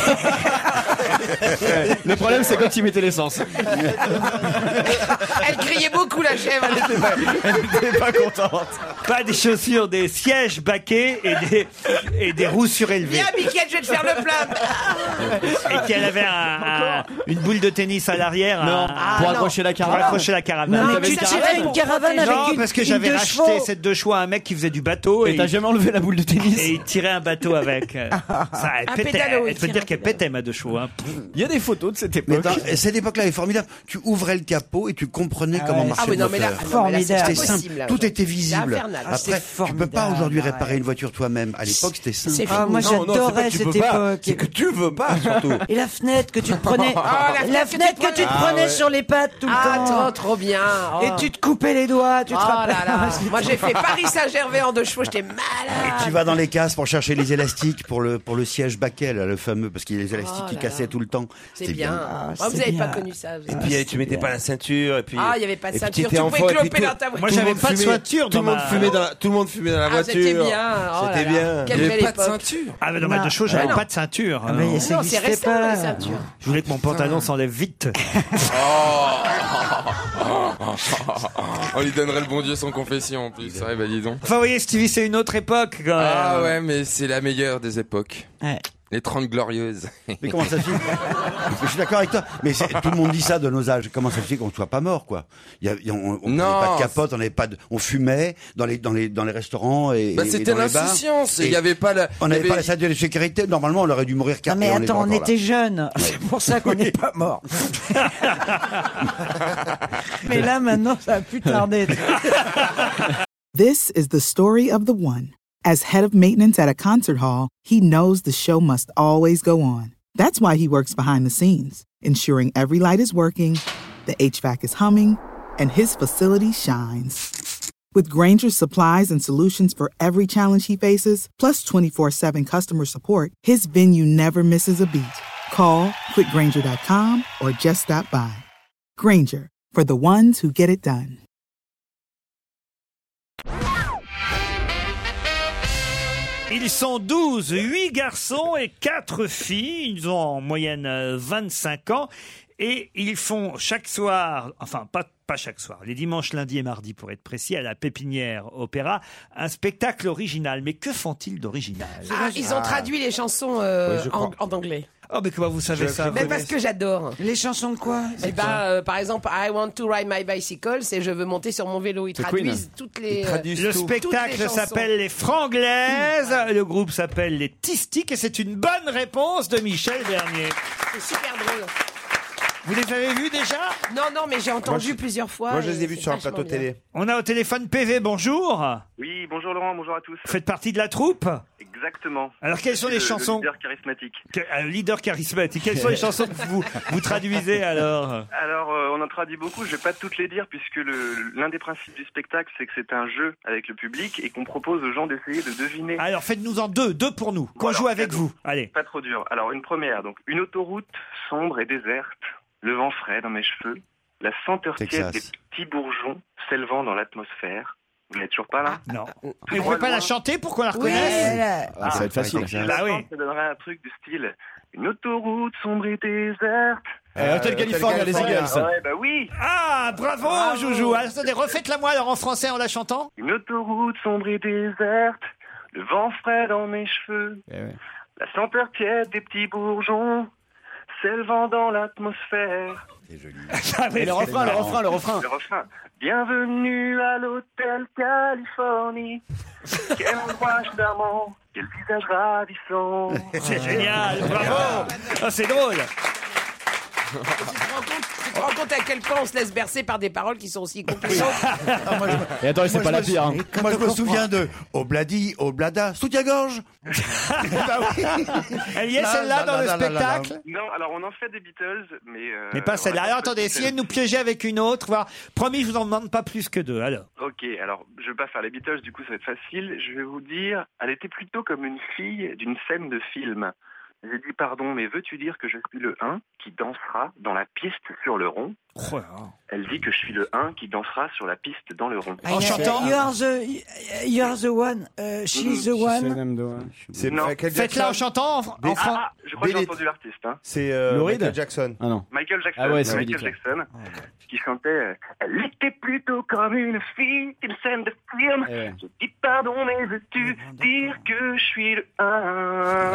Le problème, c'est quand il mettait l'essence. Elle criait beaucoup, la chèvre. Elle était pas contente. Pas des chaussures, des sièges baqués et des et des roues surélevées. Viens, Mickaël, je vais te faire le plein. Et qu'elle avait un- un- une boule de tennis à l'arrière. Non, un- pour non. accrocher la pour caravane. accrocher la caravane. Non, mais t'avais tu une tirais caravane une caravane avec Non, une parce que une j'avais deux racheté chevaux. cette deux chevaux à un mec qui faisait du bateau et, Et t'as il, jamais enlevé la boule de tennis. et il tirait un bateau avec. Ça, elle Un pétait. pédalo, il Elle peut tire dire un qu'elle pédalo. pétait ma deux chevaux. Hein. Il y a des photos de cette Mais époque. dans- cette époque-là est formidable. Tu ouvrais le capot et tu comprenais comment ouais. marchait Ah oui, le non, mais là, moteur. non, mais là, c'est Formidable. pas C'était possible, simple. là, Tout aujourd'hui. était C'est visible. infernal. génial. Ah, c'est Après, tu peux pas formidable, aujourd'hui ouais. réparer une voiture toi-même. À l'époque, c'était simple. C'est Ah, fini. moi Non, non, c'est pas j'adorais que tu cette peux pas, époque. c'est que tu veux pas, surtout. Et la fenêtre que tu te prenais, Ah, la la fenêtre fenêtre que tu te Ah, prenais ouais. sur les pattes tout le Ah, temps. trop, trop bien. Oh. Et tu te coupais les doigts, tu te Oh rappelles. là là. Moi, j'ai fait Paris-Saint-Gervais en deux chevaux, j'étais malade. Et tu vas dans les casses pour chercher les élastiques pour le, pour le siège baquet, là, le fameux, parce qu'il y a les élastiques Oh qui là cassaient là. tout le temps. C'est C'était bien. Ah, Moi, c'est vous avez bien. pas connu ça. vous. Et puis, eh, tu mettais pas la ceinture, et puis. Ah, il y avait pas de et puis ceinture. t'étais Tu en pouvais fo- et puis cloper tout- dans ta voiture. Moi, tout le j'avais monde pas de fumait- ceinture Tout le dans monde ma- fumait dans la, tout le monde fumait dans la Ah, voiture. c'était bien. Oh là C'était là. bien. Quelle Il y avait belle pas de époque. ceinture. Ah, mais dans Non. ma deux chevaux, j'avais Ah, non. pas de ceinture. Ah, mais Alors, ça Non, c'est existait récent, pas. les ceintures. je voulais que mon pantalon s'enlève vite. On lui donnerait le bon Dieu sans confession en plus. Ouais, bah dis donc. Enfin, vous voyez, Stevie, c'est une autre époque, quand même. Ah ouais, mais c'est la meilleure des époques. Ouais. Les trente glorieuses. Mais comment ça se fait? Je suis d'accord avec toi. Mais c'est- tout le monde dit ça de nos âges. Comment ça se fait qu'on ne soit pas mort, quoi? Il y a, il y a- on on Non. n'avait pas de capote, on n'avait pas de, on fumait dans les, dans les, dans les restaurants et, Bah et- et c'était dans les bars. l'insouciance. Il Et y avait pas la. On il y n'avait avait- pas la ceinture de sécurité. Normalement, on aurait dû mourir Non quatre. mais et attends, on encore était là. jeunes. C'est pour ça qu'on n'est pas mort. Mais là maintenant, ça a plus tardé. This is the story of the one. As head of maintenance at a concert hall, he knows the show must always go on. That's why he works behind the scenes, ensuring every light is working, the H V A C is humming, and his facility shines. With Granger's supplies and solutions for every challenge he faces, plus twenty-four seven customer support, his venue never misses a beat. Call quick granger dot com or just stop by. Granger, for the ones who get it done. Ils sont douze, huit garçons et quatre filles. Ils ont en moyenne euh, vingt-cinq ans. Et ils font chaque soir, enfin pas, pas chaque soir, les dimanches, lundis et mardis pour être précis, à la Pépinière Opéra, un spectacle original. Mais que font-ils d'original? Ah, ils ont traduit les chansons euh, Ouais, je en, crois. en anglais. Oh, mais comment vous savez ça? Mais vous parce que j'adore. Les chansons de quoi? Eh ben, euh, par exemple, I want to ride my bicycle, c'est je veux monter sur mon vélo. Ils C'est traduisent Queen. toutes les. Ils euh, traduisent Le toutes spectacle les chansons. s'appelle Les Franglaises. Le groupe s'appelle Les Tistiques et c'est une bonne réponse de Michel Bernier. C'est super drôle. Vous les avez vus déjà? Non, non, mais j'ai entendu Moi, je- plusieurs fois. Moi, je les ai et vus c'est sur un vachement plateau bien. télé. On a au téléphone P V, bonjour. Oui, bonjour Laurent, bonjour à tous. Vous faites partie de la troupe? Exactement. Alors, quelles sont Je les suis le- chansons? Le leader charismatique. Que- Un leader charismatique. Quelles sont les chansons que vous, vous traduisez alors? Alors, euh, on en traduit beaucoup, je vais pas toutes les dire puisque le- l'un des principes du spectacle, c'est que c'est un jeu avec le public et qu'on propose aux gens d'essayer de deviner. Alors, faites-nous en deux, deux pour nous, qu'on Voilà, joue avec cadeau. vous. Allez. Pas trop dur. Alors, une première, donc, une autoroute sombre et déserte, le vent frais dans mes cheveux, la senteur tiède Texas. des petits bourgeons s'élevant dans l'atmosphère. Vous n'êtes toujours pas là? Non. Tout Vous droit pouvez pas loin. la chanter pour qu'on la Oui, reconnaisse? là. Ah, ça va être facile. Donc, si je Bah la oui. chante, ça donnerait un truc du style une autoroute sombre et déserte. Euh, Hotel California, les Eagles. Ouais, bah oui. Ah, bravo, Bravo. Joujou. Alors, attendez, refaites-la moi alors en français en la chantant. Une autoroute sombre et déserte, le vent frais dans mes cheveux, Eh ouais. la senteur tiède des petits bourgeons s'élevant dans l'atmosphère. Ah, mais Et le c'est refrain, le marrant. refrain, le refrain. Le refrain. Bienvenue à l'hôtel Californie. Quel endroit charmant, quel visage ravissant. C'est génial, bravo. Ah, c'est drôle. Tu te rends compte, tu te rends compte à quel point on se laisse bercer par des paroles qui sont aussi compliquées. Et attends, c'est Moi, pas je la me pire. hein. sou- Moi, je me souviens de Obladi, Oblada, soutien-gorge. Bah oui. Elle y est Là, celle-là là, dans là, le là, là, là, là. spectacle? Non, alors on en fait des Beatles, mais... euh, Mais pas on celle-là. a Alors pas attendez, fait essayez de nous Beatles. piéger avec une autre. Voir. Promis, je vous en demande pas plus que deux. Alors. Ok, alors je vais pas faire les Beatles, du coup ça va être facile. Je vais vous dire, elle était plutôt comme une fille d'une scène de film. J'ai dit pardon, mais veux-tu dire que je suis le un qui dansera dans la piste sur le rond? Oh là. Elle dit que je suis le un qui dansera sur la piste dans le rond. En chantant? You are the, you are the one. Uh, she's the one. C'est Non. Michael Faites-la en Jackson. chantant en, en Des- fran- Ah, je crois que j'ai Billy- entendu l'artiste. Hein. C'est euh, Lou Reed Michael Jackson. Ah non. Michael Jackson. Ah ouais, c'est Michael ridicule. Jackson. Qui chantait euh, elle était plutôt comme une fille d'une scène de film. Eh ouais. Je dis pardon, mais veux-tu dire que je suis le un?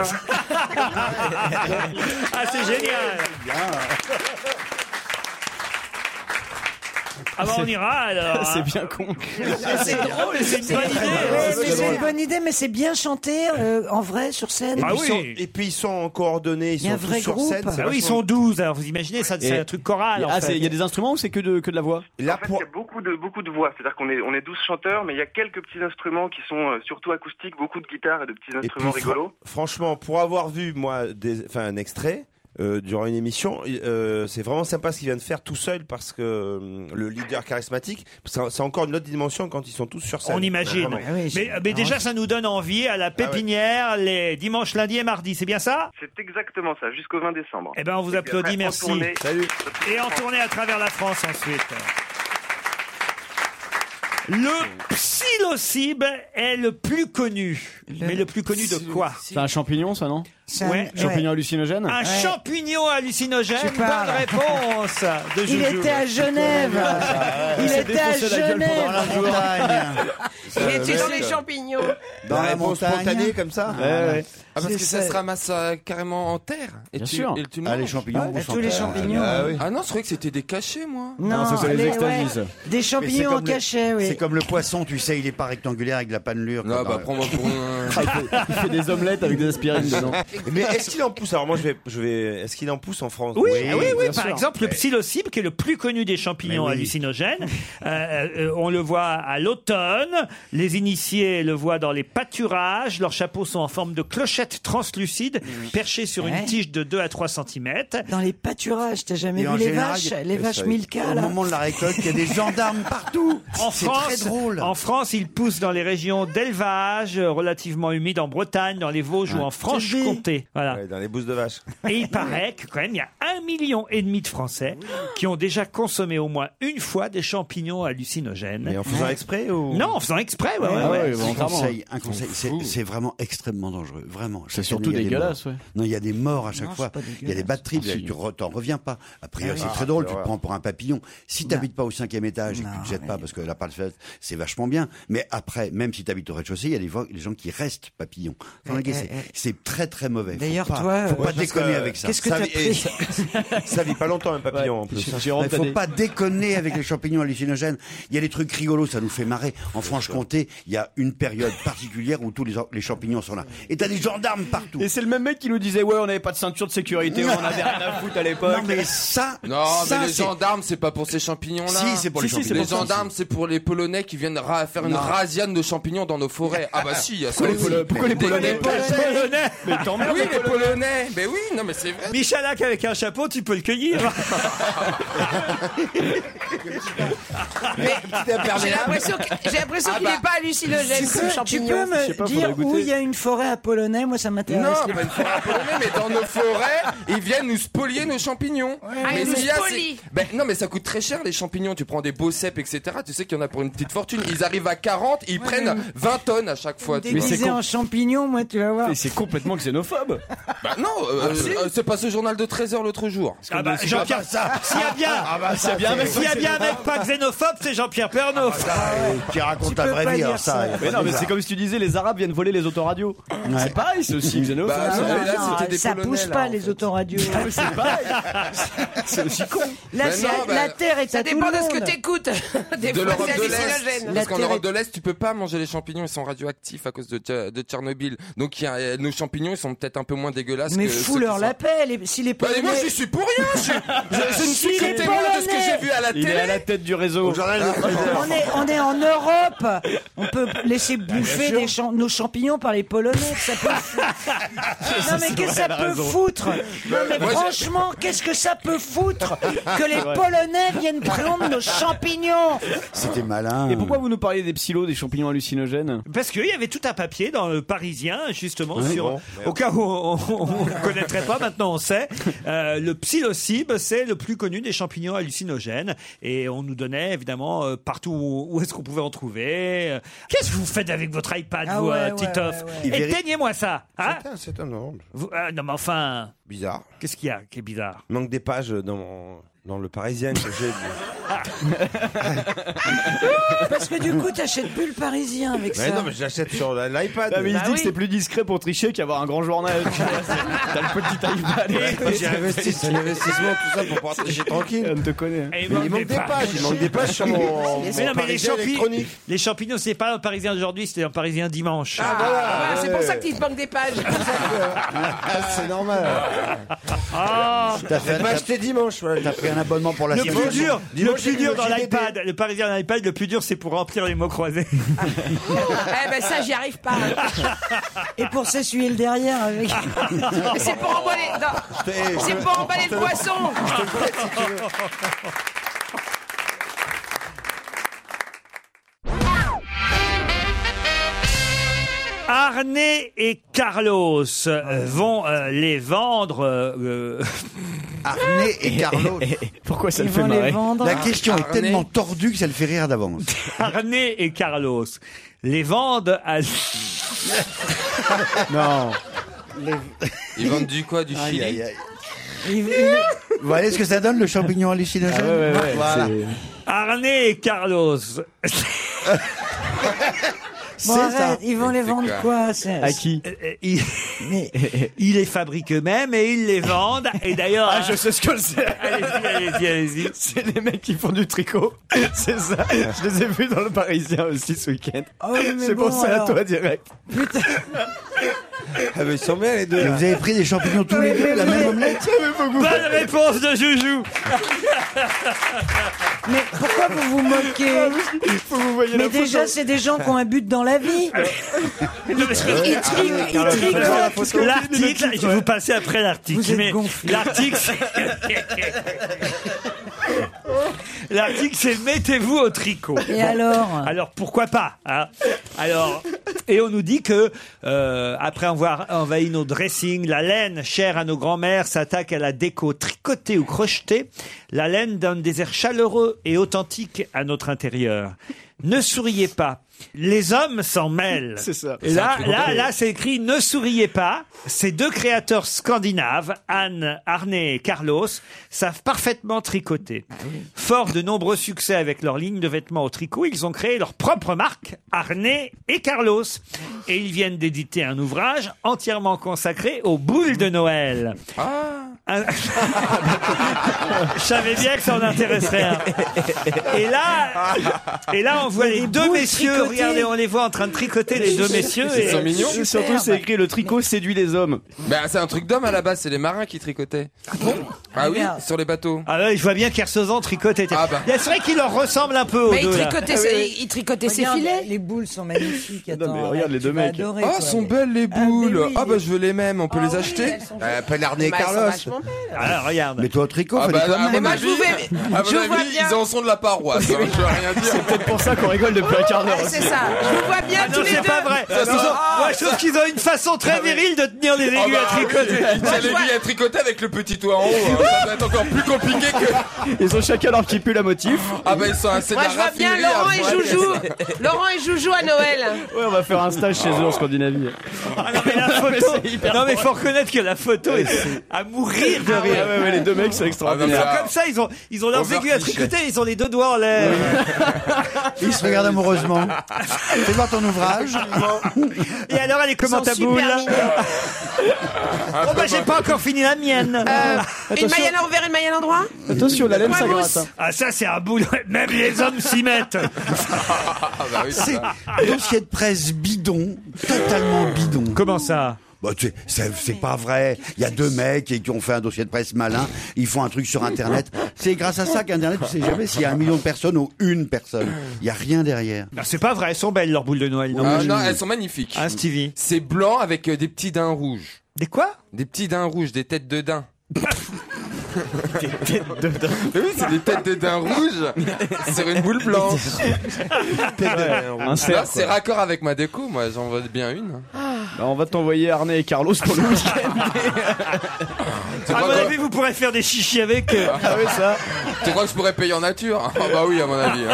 Ah, c'est génial. Ah bah on ira alors. C'est bien con. C'est drôle, c'est une bonne idée. Ouais, mais c'est une bonne idée, mais c'est bien chanté euh, en vrai sur scène. Et, Ah puis, oui. ils sont, et puis ils sont en coordonnés, ils Il y a sont un tous vrai sur groupe. scène. c'est Ah oui, ils vachement- sont douze, alors vous imaginez, ça c'est Et- un truc choral en Ah, fait. il y a des instruments ou c'est que de, que de la voix? Là, En fait, pour- il y a beaucoup de, beaucoup de voix. C'est-à-dire qu'on est, on est douze chanteurs, mais il y a quelques petits instruments qui sont euh, surtout acoustiques, beaucoup de guitares et de petits Et puis, instruments fran- rigolos. franchement, pour avoir vu, moi, des, enfin, un extrait, euh, durant une émission, euh, c'est vraiment sympa ce qu'il vient de faire tout seul parce que euh, le leader charismatique, c'est c'est encore une autre dimension quand ils sont tous sur scène. On imagine. Vraiment. Ah oui, Mais, mais déjà, ça nous donne envie à la pépinière les dimanches, lundi et mardi. C'est bien ça? C'est exactement ça, jusqu'au vingt décembre. Eh ben, on vous Et puis applaudit, après, en merci. tournée- Salut. Et en tournée à travers la France ensuite. Le psilocybe est le plus connu. Mais le plus connu de quoi? C'est un champignon, ça, non? C'est un- Ouais. Champignon hallucinogène? Un Ouais. champignon hallucinogène. Je sais pas. Bonne réponse de Il Joujou. était à Genève. Il s'est était à défoncé la gueule pendant Genève. Dans la montagne. Il était dans les champignons. Dans La la réponse montagne. spontanée comme ça. Ouais, ouais. Ah, parce C'est que ça ça. se ramasse euh, carrément en terre. Et Bien tu, sûr. Et tu Ah, les manges. champignons. Ah, vous tous les sentez- champignons. Ah oui. Ah non, c'est vrai que c'était des cachets, moi. Non, ça, c'est les les- extasies, ouais, ça. Des Mais c'est champignons en comme le- cachet, oui. C'est comme le poisson, tu sais, il est pas rectangulaire avec de la panelure. Non, comme bah dans- prends-moi pour un... Ah, il, fait, il fait des omelettes avec des aspirines dedans. Mais est-ce qu'il en pousse? Alors moi, je vais, je vais. Est-ce qu'il en pousse en France? Oui, ah oui, oui. bien Par sûr. exemple, le psilocybe, qui est le plus connu des champignons Mais oui. hallucinogènes, euh, euh, on le voit à l'automne. Les initiés le voient dans les pâturages. Leurs chapeaux sont en forme de clochette translucide, perchés sur une Ouais. tige de deux à trois centimètres. Dans les pâturages, t'as jamais Et en vu les général, vaches, il y a- les vaches ça- Milka Au là. moment de la récolte, il y a des gendarmes partout. En C'est France, très drôle. en France, il pousse dans les régions d'élevage, euh, relativement humides en Bretagne, dans les Vosges ou en Franche-Comté. Voilà. Ouais, dans les bousses de vache. Et il paraît que quand même, il y a un million et demi de Français qui ont déjà consommé au moins une fois des champignons hallucinogènes. Mais en faisant exprès ou? Non, en faisant exprès, ouais, ouais, Ah ouais. ouais, Un volontairement. conseil, un conseil, c'est, c'est vraiment extrêmement dangereux, vraiment. C'est Chaque surtout année, il y a des dégueulasse, morts. ouais. Non, il y a des morts à chaque Non, fois. c'est pas Il y a des batteries, Ah, si. tu re- t'en reviens pas. A priori, Ah c'est oui. très drôle, Ah, tu te ouais. prends pour un papillon. Si t'habites pas au cinquième étage et que tu te jettes pas parce que la part de fête, c'est vachement bien. Mais après, même si t'habites au rez-de-chaussée, il y a des, fois- des gens qui restent papillons. Enfin, Eh, c'est, eh, eh. c'est très très mauvais. Faut D'ailleurs, pas- toi, faut euh, pas Ouais, parce déconner que- avec ça. Qu'est-ce que Ça t'as vit- et pris ça, ça vit pas longtemps un papillon en plus. hein. Jérôme, Il t'as faut des- pas déconner avec les champignons hallucinogènes. Il y a des trucs rigolos, ça nous fait marrer. En Franche-Comté, il y a une période particulière où tous les, les champignons sont là. Et t'as des gendarmes partout. Et c'est le même mec qui nous disait ouais on n'avait pas de ceinture de sécurité, on en avait rien à foutre à l'époque. Non mais ça, Non, ça, mais les c'est- gendarmes, c'est pas pour ces champignons-là. Si, c'est pour les Si, si, c'est champignons. Les pour ça, gendarmes, c'est pour les Polonais qui viennent ra- faire une Non. rasiane de champignons dans nos forêts. Ah bah si, il y a ça Pourquoi les aussi. Polo- pourquoi les Des- Polonais des Polonais. Mais tant mieux. Oui, les Polonais. Mais oui, non, mais c'est vrai. Michalak avec un chapeau, tu peux le cueillir. J'ai l'impression que- j'ai l'impression Ah qu'il bah. n'est pas hallucinogène, Tu ce peux, tu champignon. peux Je sais me pas, dire faudrait où goûter. il y a une forêt à Polonais? Moi, ça m'intéresse. Non, pas une forêt à polonais, mais dans nos forêts, ils viennent nous spolier nos champignons. Ah, mais ils ce nous qu'il y a, spolient. c'est- ben, non, mais ça coûte très cher les champignons. Tu prends des beaux cèpes, et cetera. Tu sais qu'il y en a pour une petite fortune. Ils arrivent à quarante, ils prennent vingt tonnes à chaque fois. tu vois. Déguisé en champignon, moi, tu vas voir. Et c'est complètement xénophobe. Bah non, euh, euh, c'est passé au journal de treize heures l'autre jour. Ah bah, Jean-Pierre, s'il y a bien, Ah bah ça, bien, mais s'il y a bien un mec pas xénophobe, c'est Jean-Pierre Pernaut. qui raconte Tu ta peux vraie pas vie, dire alors ça. ça. y a Mais pas non, de mais bizarre. c'est comme si tu disais les Arabes viennent voler les autoradios. C'est pareil, c'est aussi xénophobe. Bah, Ah, non, non, mais là, non, c'était des ça Polonais, pousse là, pas en les fait. autoradios. C'est pareil. C'est aussi con. Là, Mais c'est- non, bah, la Terre est Ça à tout dépend le de ce que monde. t'écoutes. Des De fois, l'Europe c'est de l'Est. hallucinogène. Parce qu'en Terre Europe est- de l'Est, tu peux pas manger les champignons, ils sont radioactifs à cause de, Tche- de Tchernobyl. Donc il y a, euh, nos champignons, ils sont peut-être un peu moins dégueulasses Mais que ceux fous-leur qui la sont- paix. les- Si les Bah, mais Polonais. moi, je suis pour rien. Je, je, je ne suis Si que les témoin de ce que Polonais- j'ai vu à la Il télé. est à la tête du réseau. Au journal de treize heures. On est, on est en Europe. On peut laisser bouffer des champ- nos champignons par les Polonais. Que ça peut foutre. Non mais qu'est-ce que ça elle a peut raison. foutre? Non mais Moi, j'ai- franchement, qu'est-ce que ça peut foutre que les Polonais viennent prendre nos champignons? C'était malin. Et pourquoi vous nous parliez des psylos, des champignons hallucinogènes? Parce qu'il y avait tout un papier dans le Parisien, justement, Oui, sur, bon, au cas où on ne connaîtrait pas, maintenant on sait, euh, le psilocybe, c'est le plus connu des champignons hallucinogènes. Et on nous donnait, évidemment, euh, partout où, où est-ce qu'on pouvait en trouver. Euh, Qu'est-ce que vous faites avec votre iPad, Ah vous, ouais, euh, ouais, Titoff ouais, ouais. Il véri- Éteignez-moi ça. Hein C'est un- C'est un nom Vous- euh, non, mais enfin, bizarre. qu'est-ce qu'il y a qui est bizarre? Il manque des pages dans mon. Dans le Parisien que j'ai dit. Parce que du coup, t'achètes plus le Parisien avec Mais ça. non, mais je l'achète sur la- l'iPad. Ah, mais il Bah se dit oui. que c'est plus discret pour tricher qu'avoir un grand journal. T'as le petit iPad. J'ai investi, c'est un investissement, tout ça pour pouvoir tricher tranquille. On te connaît. Et Mais il manque des pages, il manque des pages sur mon, mon Mais non, mais les, Parisien champi- électronique. les champignons, c'est pas un Parisien d'aujourd'hui, c'était un Parisien dimanche. Ah, voilà, c'est pour ça qu'il te manque des pages. C'est normal. Ah, T'as fait, J'ai pas t'as- acheté dimanche. Voilà. t'as pris un abonnement pour la le semaine. plus dur, le dimanche, plus j'ai dur vu dans le J D D. l'iPad, le Parisien dans l'iPad, le plus dur c'est pour remplir les mots croisés. Eh ben ça, j'y arrive pas. Et pour s'essuyer le derrière avec. Mais c'est pour emballer, non, c'est pour emballer le poisson. Arnais et Carlos euh, vont euh, les vendre. euh, Arnais et Carlos. Pourquoi ça Ils le fait vont les marrer vendre. La question est Arnais. tellement tordue que ça le fait rire d'avance. Arnais et Carlos les vendent à. Non. Ils vendent du quoi? Du Aïe, chili? aïe, aïe. Il- il- Vous voyez ce que ça donne, le champignon hallucinogène? Ah ouais, ouais, ouais. Voilà. c'est- Arnais et Carlos. Bon, C'est arrête, ça. ils vont les vendre quoi c'est- À qui? Euh, euh, Ils, Mais ils les fabriquent eux-mêmes et ils les vendent. Et d'ailleurs, Ah, je sais ce que c'est. allez-y, allez-y, allez-y. C'est les mecs qui font du tricot. C'est ça. Je les ai vus dans le Parisien aussi ce week-end. Ah oui, mais C'est bon, pensé à alors. toi direct. putain, Ah, mais ils sont bien les deux. Et là. vous avez pris des champignons tous les deux, la même omelette? Bonne réponse de Joujou. mais pourquoi vous vous moquez? Faut que vous voyez Mais la déjà, photo. c'est des gens qui ont un but dans la vie. Ils tri- ils tri- ils Carlos, tricotent. L'article, je vais vous passer après l'article. Vous êtes mais gonflé. l'article, c'est- l'article, c'est mettez-vous au tricot. Et alors Alors pourquoi pas hein. Alors et on nous dit que euh, après avoir envahi nos dressings, la laine chère à nos grands-mères s'attaque à la déco tricotée ou crochetée. La laine donne des airs chaleureux et authentiques à notre intérieur. Ne souriez pas. Les hommes s'en mêlent. C'est ça. Et là, là, là, c'est écrit ne souriez pas. Ces deux créateurs scandinaves, Anne, Arnais et Carlos, savent parfaitement tricoter. Forts de nombreux succès avec leur ligne de vêtements au tricot, ils ont créé leur propre marque, Arnais et Carlos. Et ils viennent d'éditer un ouvrage entièrement consacré aux boules de Noël. Un- Je savais bien que ça en intéresserait un. Et là, et là, on voit les deux boules messieurs. tricotées. Regardez, on les voit en train de tricoter les deux messieurs. Ils Et sont mignons. Et surtout, c'est écrit le tricot séduit les hommes. Bah, c'est un truc d'homme à la base, c'est les marins qui tricotaient. Ah oui, Merde. sur les bateaux. ah ouais, je vois bien qu'Ersozan tricotait. Ah bah. C'est vrai qu'il leur ressemble un peu aux Mais il deux. là. tricotait, ses, il tricotait ses Regarde, filets. les boules sont magnifiques. Non, mais Attends, regarde les tu deux vas mecs. adorer, Ah, toi. sont belles les Ah, mais boules. oui. Ah bah je veux les mêmes, on peut Ah les oui, acheter. elles sont- Euh, Appelle Arnais et Bah, elles sont Carlos. vachement belles. Alors, regarde. Mais toi au tricot, Ah fallait bah, quand à même. Mais mon moi, je avis, vous vais. à mon Je vois avis, bien. ils en sont de la paroisse. hein, je veux rien dire. C'est peut-être pour ça qu'on rigole depuis un quart d'heure Ouais, aussi. c'est ça. Je vous vois bien Ah tous non, les c'est deux. pas vrai. Ça, Ils ont- ça- Moi, je trouve qu'ils ont une façon très virile de tenir les Ah aiguilles bah à tricoter. oui, Tiens l'aiguille à tricoter avec le petit toit en haut. hein. Ça doit être encore plus compliqué que. Ils ont chacun leur petit pull à motif. Ah bah ils sont assez de Moi, la je vois bien raffinerie. Laurent à et voir. Joujou. Laurent et Joujou à Noël. Ouais, on va faire un stage chez eux en Scandinavie. Ah non, mais la photo. c'est hyper Non, mais drôle. faut reconnaître que la photo est à mourir de Ah rire. ouais, ouais, les deux mecs sont Ah, extraordinaires. non, mais- Comme ça, ils ont, ils ont leurs Over aiguilles à cliché. tricoter, ils ont les deux doigts en l'air. Ils se regardent amoureusement. Fais voir ton ouvrage. Et alors, elle est comment Ils ta sont boule? super mignons. Oh bah, j'ai pas encore fini la mienne. Euh, une maille à l'envers, une maille à l'endroit. Attention, la laine, Quoi, ça mousse gratte. hein. Ah, ça, c'est un boulot. Même les hommes s'y mettent. Ah bah oui, c'est C'est ça. un dossier de presse bidon, totalement bidon. Comment ça? Bah, tu sais, c'est, c'est pas vrai. Il y a deux mecs qui ont fait un dossier de presse malin. Ils font un truc sur Internet. C'est grâce à ça qu'Internet, tu sais jamais s'il y a un million de personnes ou une personne. Il y a rien derrière. Ah, c'est pas vrai, elles sont belles leurs boules de Noël. Non, Ah non, elles sont magnifiques. Hein, Stevie? C'est blanc avec euh, des petits daims rouges. Des quoi? Des petits daims rouges, des têtes de daims. Mais oui, c'est des têtes de daims rouges sur une boule blanche. Un Là, cerf, c'est quoi. raccord avec ma déco, moi j'en veux bien une. Bah, on va t'envoyer Arnais et Carlos pour le week-end. Tu À mon avis, vous pourrez faire des chichis avec. euh. Ah oui, ça. Tu crois que je pourrais payer en nature? Ah bah oui, à mon avis.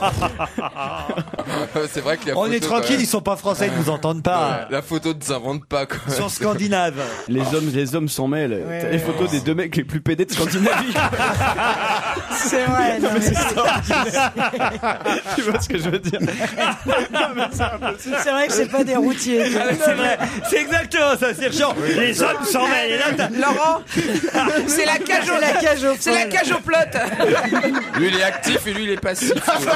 C'est vrai que la On photo, est tranquille, quand ils sont pas français, ils nous entendent pas. même, la photo ne s'invente pas, quoi. Ils sont scandinaves. Les hommes, les hommes s'en mêlent. Ouais, T'as ouais, les photos des deux mecs les plus pédés de Scandinavie. C'est vrai. Non, mais Tu vois ce que je veux dire? c'est vrai que c'est pas des routiers. Ah, c'est vrai, c'est exactement ça, c'est genre, les hommes s'en mêlent. Et là, t'as- Laurent, c'est la cage au C'est la cage au C'est la folle. cage au plot. Lui, il est actif et lui, il est passif.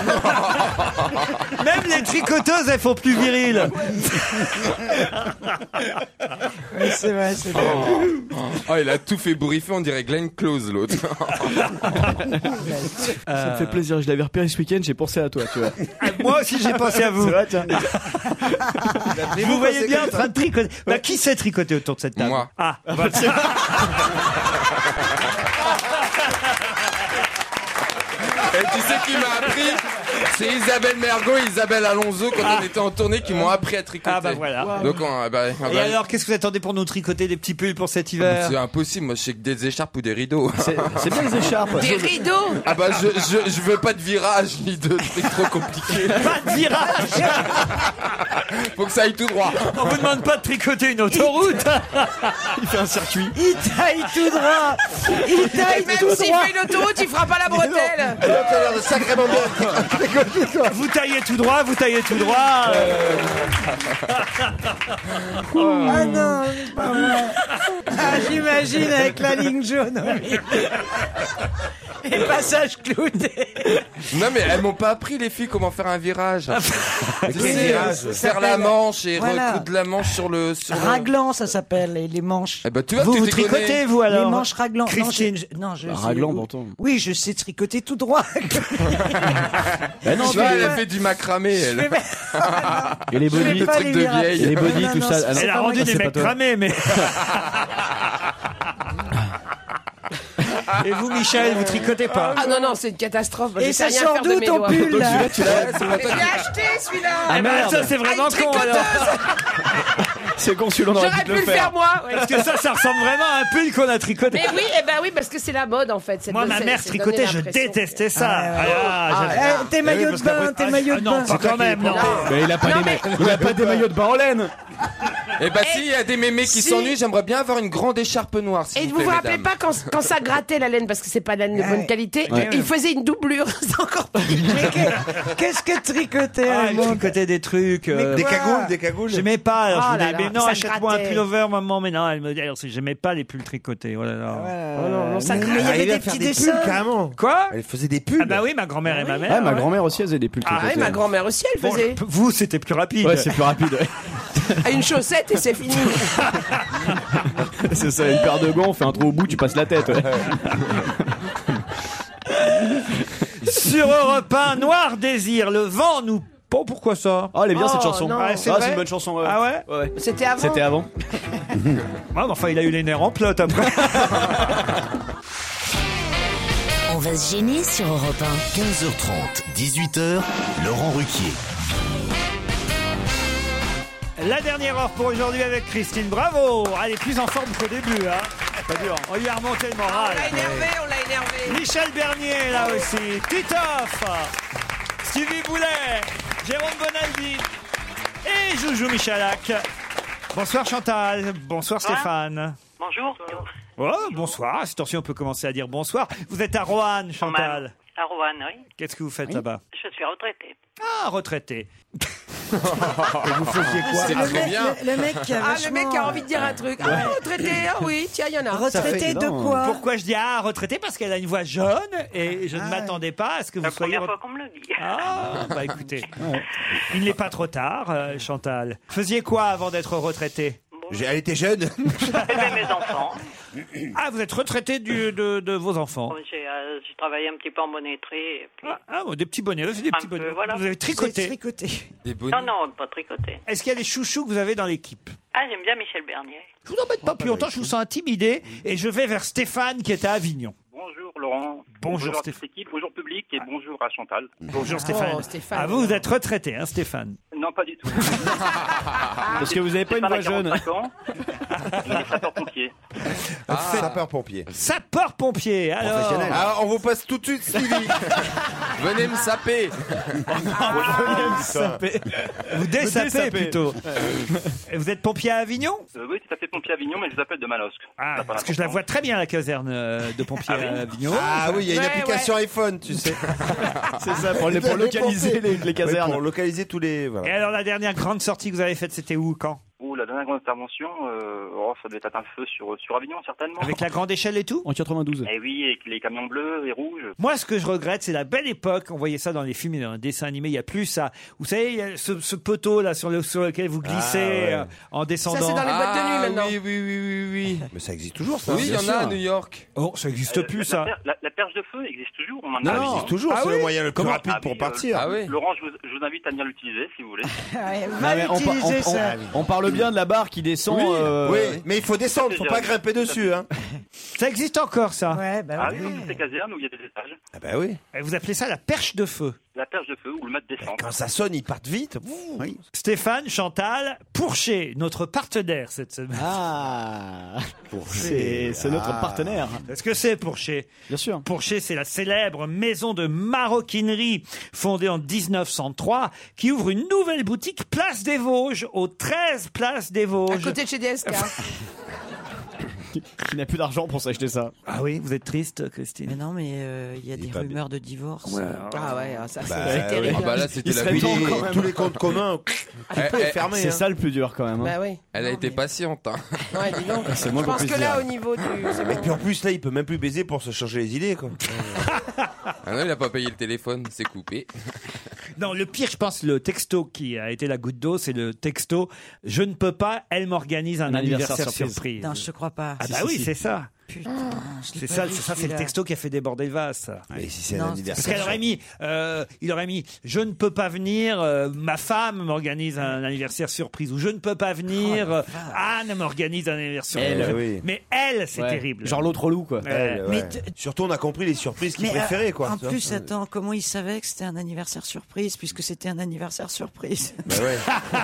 même les tricoteuses, elles font plus viriles. Oui, c'est vrai, c'est vrai. Oh, il a tout fait bourriffer, on dirait Glenn Close, l'autre. Ça me fait plaisir, je l'avais repéré ce week-end, j'ai pensé à toi, tu vois. Ah, moi aussi, j'ai pensé à vous. C'est vrai, tiens. Mais vous voyez bien en train de tricoter. Bah, qui sait tricoter autour de cette table? Moi. Ah, bah, c'est- Et tu sais qui m'a appris? C'est Isabelle Mergo et Isabelle Alonso quand on était en tournée qui m'ont appris à tricoter. Ah bah voilà. Donc on, ah bah, ah Et bah, alors, qu'est-ce que vous attendez pour nous tricoter des petits pulls pour cet hiver? c'est impossible, moi je sais que des écharpes ou des rideaux. C'est c'est bien les écharpes. Des rideaux. Ah bah je, je, je veux pas de virage ni de trucs trop compliqués. Pas de virage. Faut que ça aille tout droit. On vous demande pas de tricoter une autoroute. Il fait un circuit. Il taille tout droit. Il taille Et même tout s'il droit. fait une autoroute, il fera pas la bretelle. T'as l'air de sacrément bien. Vous taillez tout droit, vous taillez tout droit. euh. Ah non, c'est pas vrai. Ah, j'imagine avec la ligne jaune au milieu. Et passage clouté. Non mais elles m'ont pas appris les filles comment faire un virage. Tu Oui, sais, ça euh, faire s'appelle- la manche et Voilà. recoudre la manche sur le sur le... Raglan, ça s'appelle, les, les manches. Eh ben tu vois, Vous tu vous t'y connais. tricotez, vous alors? Les manches raglan. Christine. Non, je, non, je Bah, sais- raglan, pourtant. Oui, je sais tricoter tout droit. Bah non, Tu vois, mais- elle a fait du macramé, elle. Et les Je fais body, pas trucs les de virages. vieille. et les body, Non, tout non, ça. c'est- Ah non, Elle a pas rendu vrai, des c'est pas mecs toi. cramés, mais. Et vous, Michel, vous tricotez pas? Ah non, non, c'est une catastrophe. Et Je sais ça rien sort faire de d'où mes ton doigts. pull là? Mais je l'ai acheté celui-là. Ah ben, ça, c'est vraiment Ah, une con alors. C'est consul, on aurait J'aurais dû pu le le faire faire. moi. ouais. Parce que ça, ça ressemble vraiment à un pull qu'on a tricoté. Mais oui, eh ben oui, parce que c'est la mode en fait. c'est Moi, de- ma c'est- mère c'est tricotait, donner je l'impression détestais ça. Ah, ouais. Ah, Ah, j'avais- Eh, tes maillots de parce bain, qu'après- tes ah, maillots ah, de non, bain. pas quand même, non. Mais il a pas Non, des, mais- ma- il a pas des maillots de bain en laine. Eh bah si, il y a des mémés qui Si. s'ennuient, j'aimerais bien avoir une grande écharpe noire. s'il Et vous vous vous plaît, rappelez mesdames. pas quand, quand ça grattait la laine parce que c'est pas de la laine de bonne qualité, Ouais. il faisait une doublure. C'est encore pire. Mais que- qu'est-ce que tricoter, Ah, Raymond? je tricotais des trucs. euh, Des quoi cagoules, des cagoules. J'aimais pas. Alors je Oh vous là dis, là, mais non, ça achète-moi un grattait. pullover, maman. Mais non, elle me dit, alors, si j'aimais pas les pulls tricotés. Oh là là. Oh non, non, ça Mais craque. il y avait Arrivait des à faire petits des dessins. pulls, carrément. Quoi? Elle faisait des pulls. Ah bah oui, ma grand-mère et ma mère. Ah, ma ouais. grand-mère aussi, elle faisait des pulls Ah ouais, tricotés. ma grand-mère aussi, elle Bon, faisait. vous, c'était plus rapide. Ouais, c'est plus rapide. ouais. À une chaussette et c'est fini. C'est ça, une paire de gants, on fait un trou au bout, tu passes la tête. Ouais. Sur Europe un, Noir Désir, le vent nous. Bon, pourquoi ça? Oh, elle est bien Oh, cette chanson. non. Ah, c'est c'est vrai une bonne chanson. Ouais. Ah ouais? Ouais, ouais. C'était avant. C'était avant. Ah, mais enfin, il a eu les nerfs en plot après. On va se gêner sur Europe un. quinze heures trente, dix-huit heures, Laurent Ruquier. La dernière heure pour aujourd'hui avec Christine. Bravo! Elle est plus en forme qu'au début. Hein. Pas dur. On lui a remonté le On moral. l'a énervé, on l'a énervé. Michel Bernier, là aussi. Titoff, Stevie Boulet, Jérôme Bonaldi et Joujou Michalak. Bonsoir Chantal. Bonsoir Stéphane. Bonjour. Oh, bonsoir. À cette heure-ci, on peut commencer à dire bonsoir. Vous êtes à Roanne, Chantal. À Rouen, oui. Qu'est-ce que vous faites là-bas? Je suis retraitée. Ah, retraité. Et vous faisiez quoi? C'est Le très mec, bien. le, le mec qui a Ah, le vachement, mec qui a envie de dire un truc. Ah, retraité, ah oui, tiens, il y en a. Retraité de quoi? Pourquoi je dis ah, retraité? Parce qu'elle a une voix jeune et je ne Ah, m'attendais pas à ce que C'est vous la soyez. première re- fois qu'on me le dit. Ah, bah écoutez, il n'est pas trop tard, euh, Chantal. Faisiez quoi avant d'être retraité? J'ai- Elle était jeune. J'avais mes enfants. Ah, vous êtes retraité du, de, de vos enfants. J'ai euh, j'ai travaillé un petit peu en bonneterie. Et puis... Ah, ah, bon, des petits bonnets, c'est des Un petits peu, bonnets. voilà. Vous avez C'est tricoté. tricoté. Des bonnets. Non, non, pas tricoté. Est-ce qu'il y a des chouchous que vous avez dans l'équipe? Ah, j'aime bien Michel Bernier. Je vous embête pas plus longtemps, je vous sens intimidé et je vais vers Stéphane qui est à Avignon. Bonjour Laurent. Bonjour, bonjour à Stéphane. toute l'équipe, bonjour public et bonjour à Chantal. Bonjour Stéphane. Oh, Stéphane. Ah, vous, vous êtes retraité, hein, Stéphane? Non, pas du tout. Parce que vous n'avez pas une voix jeune. quarante-cinq ans, il est sapeur-pompier. Ah, sapeur-pompier. Sapeur-pompier, alors. Professionnel. Ah, on vous passe tout de suite, Stevie. Venez me saper. Vous désapez plutôt. Et vous êtes pompier à Avignon? Euh, oui, tout à fait pompier à Avignon, mais je vous appelle de Manosque. Ah, parce que je la vois très bien, la caserne euh, de pompiers Ah oui à Avignon. Ah oui, il y a une Ouais, application iPhone, tu sais. C'est ça, pour, les, pour localiser les, les casernes. Oui, pour localiser tous les. Et Voilà. alors, la dernière grande sortie que vous avez faite, c'était où, quand? Ouh, la dernière grande intervention, euh, oh, ça devait être un feu sur, sur Avignon, certainement. Avec la grande échelle et tout? En quatre-vingt-douze. Eh oui, avec les camions bleus et rouges. Moi, ce que je regrette, c'est la belle époque. On voyait ça dans les films et dans les dessins animés. Il n'y a plus ça. Vous savez, il y a ce, ce poteau là sur, le, sur lequel vous glissez Ah, ouais. euh, en descendant. Ça, c'est dans les boîtes de nuit Ah, maintenant. oui, oui, oui, oui, oui. Mais ça existe toujours, ça. Oui, il y bien en sûr. a à New York. Oh, ça n'existe Euh, plus, la, ça. La, la, la perche de feu existe toujours. On en a Ah, un il ici. existe toujours, Ah c'est oui le moyen le plus Comment rapide Ah pour oui, partir. Ah oui. Laurent, je vous, je vous invite à venir l'utiliser si vous voulez. Ouais, Non, va mais on, par- on- l'utiliser, on- ça. on parle bien de la barre qui descend. Oui, euh, oui, mais il faut descendre, faut pas grimper dessus. Hein. Ça existe encore, ça. Ouais, bah Ah oui. oui, dans toutes ces casernes où il y a des étages. Ah bah oui. Et vous appelez ça la perche de feu. La perche de feu ou le mètre descente. Quand ça sonne, ils partent vite. Ouh. Oui. Stéphane, Chantal, Pourchet, notre partenaire cette semaine. Ah, c'est c'est notre Ah. partenaire. Qu'est-ce que c'est, Pourchet? Bien sûr. Pourchet, c'est la célèbre maison de maroquinerie fondée en dix-neuf cent trois qui ouvre une nouvelle boutique Place des Vosges, au treize Place des À Vosges. côté de chez D S K. Qui, qui n'a plus d'argent pour s'acheter ça. Ah oui, vous êtes triste, Christine? Mais non, mais euh, il y a des pas rumeurs de divorce. Ah ouais, ça Bah, c'est oui. terrible. Ah bah là, c'était Il la serait vie. temps, Et quand même. tous les comptes communs, Eh, tout eh, est fermé. C'est hein. ça le plus dur quand même. hein. Bah oui. Elle a Non, été mais- patiente. Hein. Ouais, dis donc. C'est Je moins qu'on pense puisse que là, dire. au niveau du. c'est Et bon. puis en plus, là, il peut même plus baiser pour se changer les idées, quoi. Ah non, il a pas payé le téléphone, c'est coupé. Non, le pire, je pense, le texto qui a été la goutte d'eau, c'est le texto « Je ne peux pas, elle m'organise un, Un anniversaire anniversaire, surprise. surprise. Non, je te crois pas. Ah Si, bah si, oui, si. c'est ça. Putain, je l'ai C'est pas ça, vu, c'est ça, c'est le celui-là. texto qui a fait déborder le vase. ça. Et si c'est Non, un c'est- Parce anniversaire. qu'elle aurait mis, euh, il aurait mis, je ne peux pas venir, euh, ma femme m'organise un anniversaire surprise, ou je ne peux pas venir, euh, Anne m'organise un anniversaire Elle. surprise. Oui. Mais elle, c'est Ouais. terrible. Genre l'autre relou, quoi. Ouais. Elle, ouais. Mais t- Surtout, on a compris les surprises qu'il Mais, préférait, euh, quoi. En tu vois. plus, attends, comment il savait que c'était un anniversaire surprise, puisque c'était un anniversaire surprise. Bah ouais.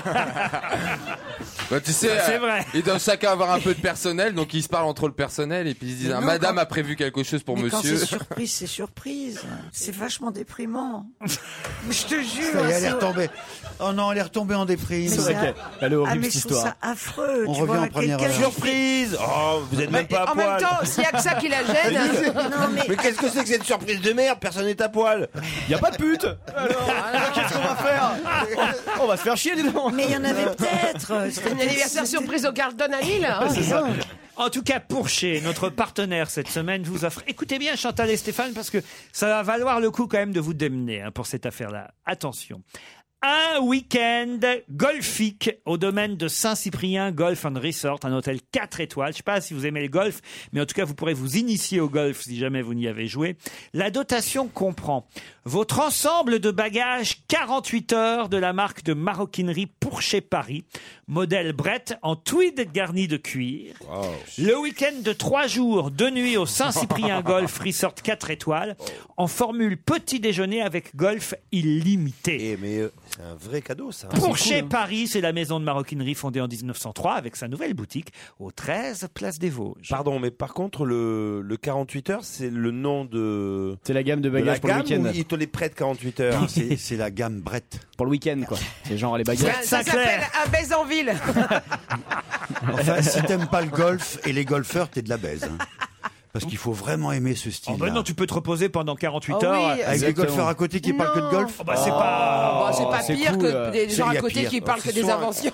Bah, tu sais, C'est euh, vrai. ils doivent chacun avoir un peu de personnel, donc ils se parlent entre le personnel et puis ils se disent Mais ah, non, Madame quand- a prévu quelque chose pour Mais quand monsieur. c'est surprise, c'est surprise. C'est vachement déprimant. Mais je te jure. Ça y est, elle est c'est- retombée. Oh non, elle est retombée en déprime. Mais C'est vrai ça- qu'elle elle est Ah, horrible mais cette je trouve histoire. ça affreux. On tu revient vois, en première quelqu'un heure. qui- Surprise. Oh, vous êtes même pas à En même poil. temps, s'il y a que ça qui la gêne. Non, mais Mais qu'est-ce que c'est que cette surprise de merde? Personne n'est à poil. Y a pas de pute. Alors, alors, qu'est-ce qu'on va faire? On va se faire chier, dis donc. mais il y en avait peut-être. C'est un anniversaire surprise au Carlton à Lille. hein. C'est ça. En tout cas, Pourchet, notre partenaire cette semaine, vous offre. Écoutez bien, Chantal et Stéphane, parce que ça va valoir le coup quand même de vous démener hein, pour cette affaire-là. Attention. Un week-end golfique au domaine de Saint-Cyprien Golf and Resort, un hôtel quatre étoiles. Je ne sais pas si vous aimez le golf, mais en tout cas, vous pourrez vous initier au golf si jamais vous n'y avez joué. La dotation comprend votre ensemble de bagages quarante-huit heures de la marque de maroquinerie Pourchet Paris, modèle Brett en tweed garni de cuir. Le week-end de trois jours, deux nuits au Saint-Cyprien Golf Resort quatre étoiles, en formule petit déjeuner avec golf illimité. Eh, mais euh, c'est un vrai cadeau, ça. Pourchet Paris, c'est la maison de maroquinerie fondée en dix-neuf cent trois avec sa nouvelle boutique au treize Place des Vosges. Pardon, mais par contre, le, le quarante-huit heures, c'est le nom de. C'est la gamme de de la bagages pour le gamme week-end. ou il te les prête quarante-huit heures? Non, c'est c'est la gamme Brett. Pour le week-end, quoi. C'est genre les Ça, bagages. ça s'appelle à Bézanville. Enfin, si t'aimes pas le golf et les golfeurs, t'es de la baise. hein. Parce qu'il faut vraiment aimer ce Oh style. ben non, tu peux te reposer pendant quarante-huit Oh heures. oui, Avec des Exactement. golfeurs à côté qui parlent que de golf. Oh bah c'est pas. Bon, c'est pas c'est pire cool, que euh. des gens C'est- y à a côté pire. qui parlent que C'est des soit- inventions.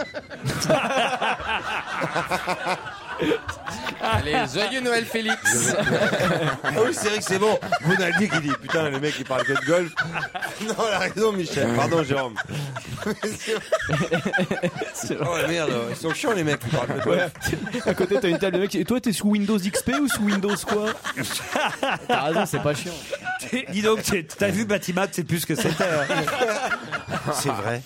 Allez, joyeux Noël Félix. Ah oui, c'est vrai que c'est bon. Ronaldi qui dit putain, le mec il parle que de golf. Non, elle a raison, Michel. Pardon, Jérôme. C'est Oh merde, ils sont chiants les mecs qui parlent que de golf. Ouais. À côté, t'as une table de mecs. Et toi, t'es sous Windows X P ou sous Windows quoi? T'as raison, c'est pas chiant. Dis donc, t'es- t'as vu Batimat, c'est plus ce que c'était. hein. C'est vrai.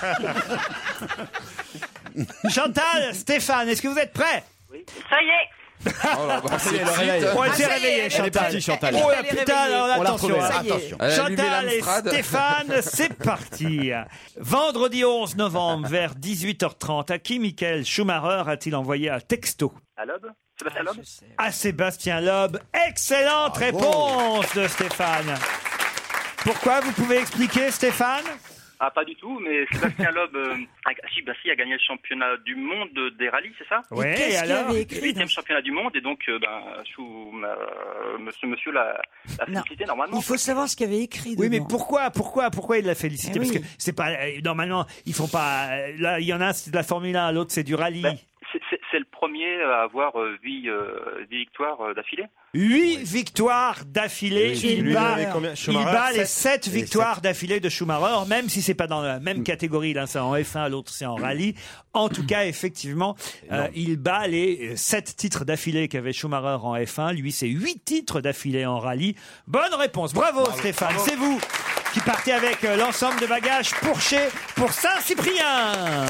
Chantal, Stéphane, est-ce que vous êtes prêts? Ça y est. Oh là, bah, c'est Elle le réveille. On Ah, s'est ça y est, réveillé, elle est Chantal. partie, Chantal. Oh la Elle est putain, réveillée. alors On l'a attention. retrouvée. hein. Attention. Elle a allumé Chantal et l'Amstrad. Stéphane, c'est parti. Vendredi onze novembre, vers dix-huit heures trente, à qui Michael Schumacher a-t-il envoyé un texto? À Loeb Sébastien Loeb À Sébastien Loeb. Excellente Bravo. réponse de Stéphane. Pourquoi? Vous pouvez expliquer, Stéphane? Ah, pas du tout, mais Sébastien Loeb euh, a, si, bah, si, a gagné le championnat du monde des rallyes, c'est ça? Oui, Qu'est-ce et qu'il alors? avait écrit Huitième championnat du monde, et donc, euh, ben, sous, euh, monsieur, monsieur l'a, l'a Non. félicité normalement. Il faut savoir ce qu'il y avait écrit Oui, mais dedans. pourquoi, pourquoi, pourquoi il l'a félicité? Eh Parce oui. que c'est pas euh, normalement, ils font pas. euh, Là, il y en a, c'est de la Formule un, l'autre c'est du rallye. Ben, c'est, c'est, c'est le premier à avoir euh, huit, euh, huit victoires euh, d'affilée. Huit victoires d'affilée. Oui, il lui, bat, il avait combien? il Schumacher, bat les sept. sept Et les victoires sept. d'affilée de Schumacher, même si c'est pas dans la même catégorie. L'un c'est en F un, l'autre c'est en rallye. En tout cas, effectivement, euh, il bat les sept titres d'affilée qu'avait Schumacher en F un. Lui, c'est huit titres d'affilée en rallye. Bonne réponse. Bravo, Stéphane. C'est vous qui partez avec euh, l'ensemble de bagages Pourchet pour Saint-Cyprien.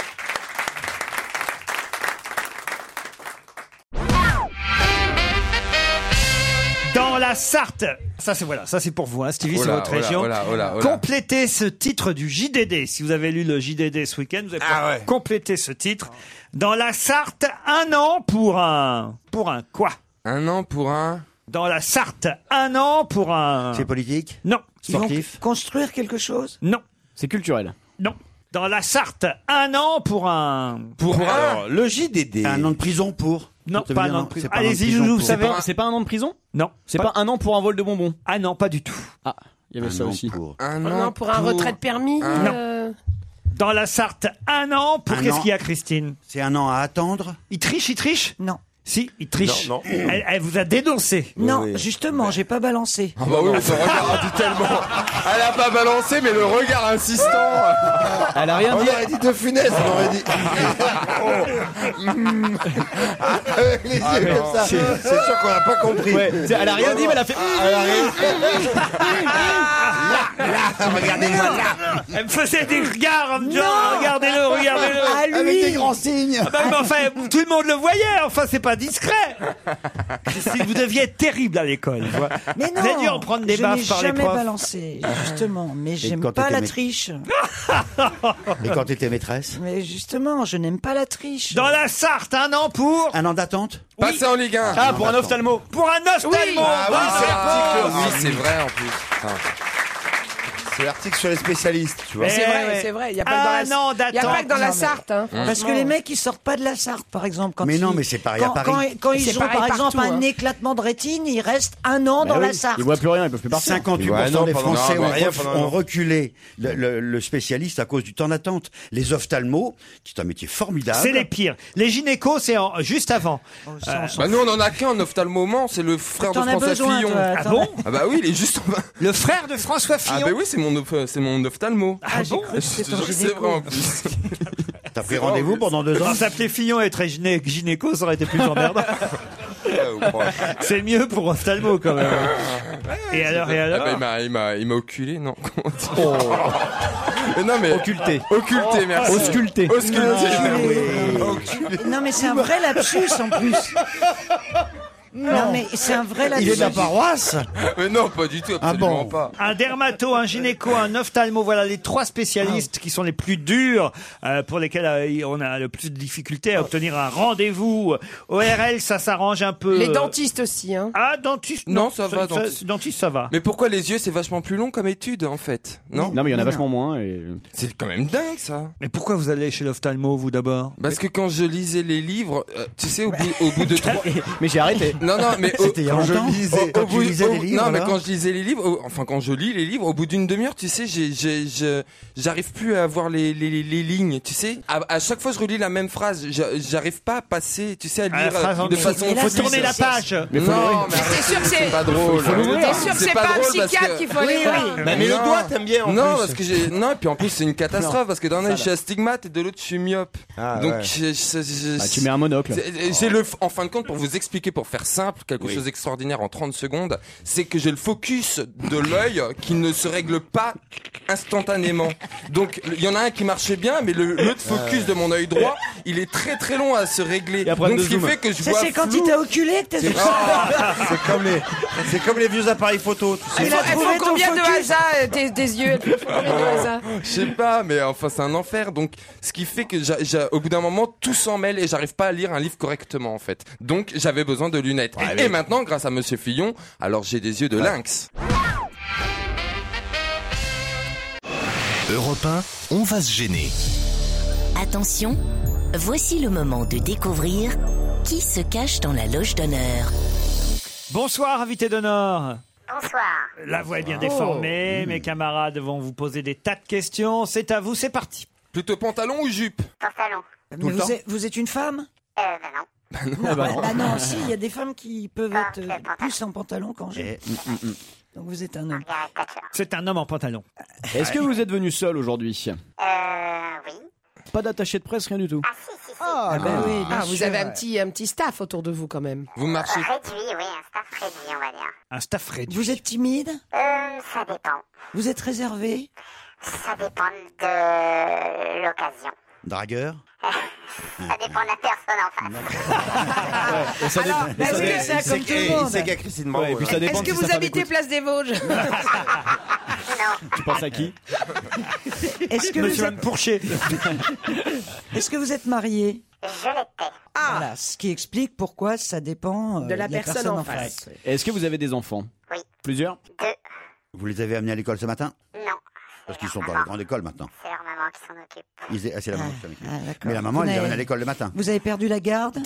Dans la Sarthe, ça c'est voilà, ça c'est pour vous, hein, Stevie, Oh c'est là, votre oh là, région. oh là, oh là, oh là. Complétez ce titre du J D D. Si vous avez lu le J D D ce week-end, vous allez pouvoir Ah ouais. compléter ce titre. Dans la Sarthe, un an pour un pour un quoi? Un an pour un. Dans la Sarthe, un an pour un. C'est politique? Non. Ils vont Sportif? construire quelque chose? Non. C'est culturel. Non. Dans la Sarthe, un an pour un. Pour un. Alors, le J D D. Un an de prison pour? Non, Ça veut pas dire un an non, de prison. c'est pas un an de Allez-y, prison Joujou, vous pour- C'est savez. pas, c'est pas un an de prison? Non. C'est pas... un an pour un vol de bonbons? Ah non, pas du tout. Ah, il y avait Un ça an aussi. pour- Un Oh an non, pour un retrait de permis. Un- euh, Dans la Sarthe, un an pour Un qu'est-ce an. qu'il y a, Christine? C'est un an à attendre? Il triche, il triche? Non. Si, il triche. Non, non. Elle, elle vous a dénoncé. Non, oui. justement, j'ai pas balancé. Ah bah oui, mais son regard a dit tellement. Elle a pas balancé, mais le regard insistant. Elle a rien On dit. aurait dit de Funès, on aurait dit. Avec les Ah, yeux mais comme ça. c'est- C'est sûr qu'on n'a pas compris. Ouais, c'est- elle a rien dit, mais elle a fait. Elle a rien Regardez-moi là! Elle me faisait des regards en me disant regardez-le, regardez-le. À Avec des lui! grands signes! Ah bah, mais enfin, tout le monde le voyait, enfin c'est pas discret. Christine, vous deviez être terrible à l'école. vous voyez. Mais non! Vous avez dû en prendre des je baffes n'ai par les jamais profs. balancé, justement. Mais j'aime quand pas t'étais la mé- triche. Et quand t'étais maîtresse? Mais justement, je n'aime pas la triche. Dans la Sarthe, un an pour. Un an d'attente? Passer en Ligue un. Ah, pour un ophtalmo. Pour un ophtalmo. Ah oui, c'est l'article. Bonne Oui, c'est vrai en plus. Putain. C'est l'article sur les spécialistes, tu vois. Mais- C'est Eh vrai, ouais. c'est vrai. Il n'y a pas Un que dans an la, il y a d'attente. pas que dans la Non, mais- Sarthe. Hein, Parce que franchement. les mecs, ils sortent pas de la Sarthe, par exemple. Quand Mais non, ils- mais c'est pareil à quand, Paris. Quand, quand C'est ils ont, pareil par exemple, partout, un hein. éclatement de rétine, ils restent un an Bah dans oui, la Sarthe. Ils voient plus rien, ils peuvent plus partir. cinquante-huit pour cent Ouais, non, des pendant- Français non, ont, bah, rien ref- pendant un ont an. reculé le, le- le spécialiste à cause du temps d'attente. Les ophtalmos, qui est un métier formidable. C'est les pires. Les gynécos, c'est en- juste avant. Oh, Euh, ça, on s'en Bah nous on en a qu'un en ophtalmo, c'est le frère de T'en as François besoin, Fillon. toi, Ah t'en bon as- Ah bah oui, il est juste en bas. Le frère de François Ah Fillon. bah oui, c'est mon oph- c'est mon ophtalmo. Ah bon cru que c'était Je te ton jure que c'est gynéco. vrai en plus. T'as pris rendez-vous pendant deux ans? Alors, s'appeler Fillon et être gyné- gynéco, ça aurait été plus emmerdant. C'est mieux pour ophtalmo quand même. Et alors, et Ah alors bah, il m'a il m'a il m'a oculé, non. Comment dire Mais non mais Occulté. occulté, merci. Ausculté. Ausculté. Non, mais c'est un vrai lapsus en plus. Non, mais c'est un vrai lapsus. Il est de la paroisse? Mais non, pas du tout, absolument Ah bon pas. un dermato, un gynéco, un ophtalmo, voilà les trois spécialistes qui sont les plus durs, euh, pour lesquels euh, on a le plus de difficultés à obtenir un rendez-vous. O R L, ça s'arrange un peu. Les dentistes aussi. Hein. Ah, dentiste, Non, ça va, dentiste. dentiste, ça va. Mais pourquoi les yeux c'est vachement plus long comme étude en fait? Non Non, mais il y en a vachement moins. Et... C'est quand même dingue ça. Mais pourquoi vous allez chez l'ophtalmo, vous d'abord? Parce que quand je lisais les livres, euh, tu sais, au bout, au bout de trois. Mais j'ai arrêté. Non, non, mais au, C'était il y a Quand je longtemps? lisais- Au- au Quand tu bout- lisais au- les livres, non, mais alors? quand je lisais les livres, au- enfin quand je lis les livres, au bout d'une demi-heure, tu sais, j'ai, j'ai, je- j'arrive plus à voir les, les, les, les lignes, tu sais. À, à chaque fois, je relis la même phrase, j'a- j'arrive pas à passer, tu sais, à À la lire phrase euh, en de dessous. façon. Mais là, Faut c'est- tourner la c'est- page. Mais faut non, l'ouvrir. mais arrêtez, sûr que c'est c'est- pas drôle. T'es sûr que c'est pas un drôle parce psychiatre que- qu'il faut aller voir. Bah, mais le Non. doigt, t'aimes bien en non, plus. parce que j'ai non et puis en plus c'est une catastrophe parce que d'un œil Ça, je suis astigmate et de l'autre je suis myope. Ah, Donc ouais. je- je- je- Ah, tu mets un monocle. c'est- j'ai le en fin de compte pour vous expliquer pour faire simple, quelque chose d'extraordinaire en trente secondes, c'est que j'ai le focus de l'œil qui ne se règle pas instantanément. Donc il y en a un qui marchait bien, mais le, le focus de mon œil droit, il est très très long à se régler. Donc ce qui fait que je Ça, vois c'est quand flou. il t'a oculé que t'as C'est c'est comme les, c'est comme les vieux appareils photo. Tu sais. Il a trouvé combien de hasard tes, tes yeux? Elle fait combien de hasard? Je sais pas, mais enfin c'est un enfer. Donc, ce qui fait que j'a- j'a- au bout d'un moment, tout s'en mêle et j'arrive pas à lire un livre correctement en fait. Donc, j'avais besoin de lunettes. Ouais, et, mais- et maintenant, grâce à Monsieur Fillon, alors j'ai des yeux de lynx. Europe un, on va se gêner. Attention, voici le moment de découvrir qui se cache dans la loge d'honneur. Bonsoir, invité d'honneur. Bonsoir. La voix est bien Oh. déformée, Mmh. mes camarades vont vous poser des tas de questions. C'est à vous, c'est parti. Plutôt pantalon ou jupe? Pantalon. Mais Tout le vous temps êtes, vous êtes une femme? Euh, bah non. Ah bah bah, non. bah non, si, il y a des femmes qui peuvent Ah, être euh, plus en pantalon qu'en jupe. Eh, mm, mm, mm. Donc vous êtes un homme. C'est un homme en pantalon. Est-ce que vous êtes venu seul aujourd'hui? Euh, oui. Pas d'attaché de presse, rien du tout. Ah, ben oui, bien Ah, vous sûr. avez un petit, un petit staff autour de vous quand même. Vous marchez. Réduit, oui, un staff réduit, on va dire. Un staff réduit. Vous êtes timide? Euh, ça dépend. Vous êtes réservé? Ça dépend de l'occasion. Dragueur. Ça dépend de la personne en face. Et ça dé- Alors, et ça est-ce dé- que c'est C'est comme tout le monde? c'est qu'à Christine Ouais, et Moreau. puis là. ça dépend Est-ce que si sa vous femme habitez écoute. Place des Vosges? Non. Tu penses à qui? Est-ce que, vous Monsieur êtes... Van Pourchet. Est-ce que vous êtes marié? Je l'étais. Voilà, ce qui explique pourquoi ça dépend euh, De la personne en face. Est-ce que vous avez des enfants? Oui. Plusieurs? Deux. Vous les avez amenés à l'école ce matin? Non. Parce qu'ils sont dans la grande école maintenant. C'est leur maman qui s'en occupe. Ils- ah, c'est la maman qui s'en occupe. Ah, d'accord. Mais la maman, Vous elle les n'avez- amène à l'école le matin. Vous avez perdu la garde?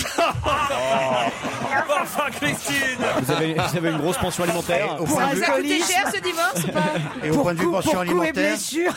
Enfin, Christine. Vous avez, vous avez une grosse pension alimentaire? Au point de vue- Ça a coûté cher ce divorce ou pas? Et au point de vue Pour pension coups et alimentaire, blessures.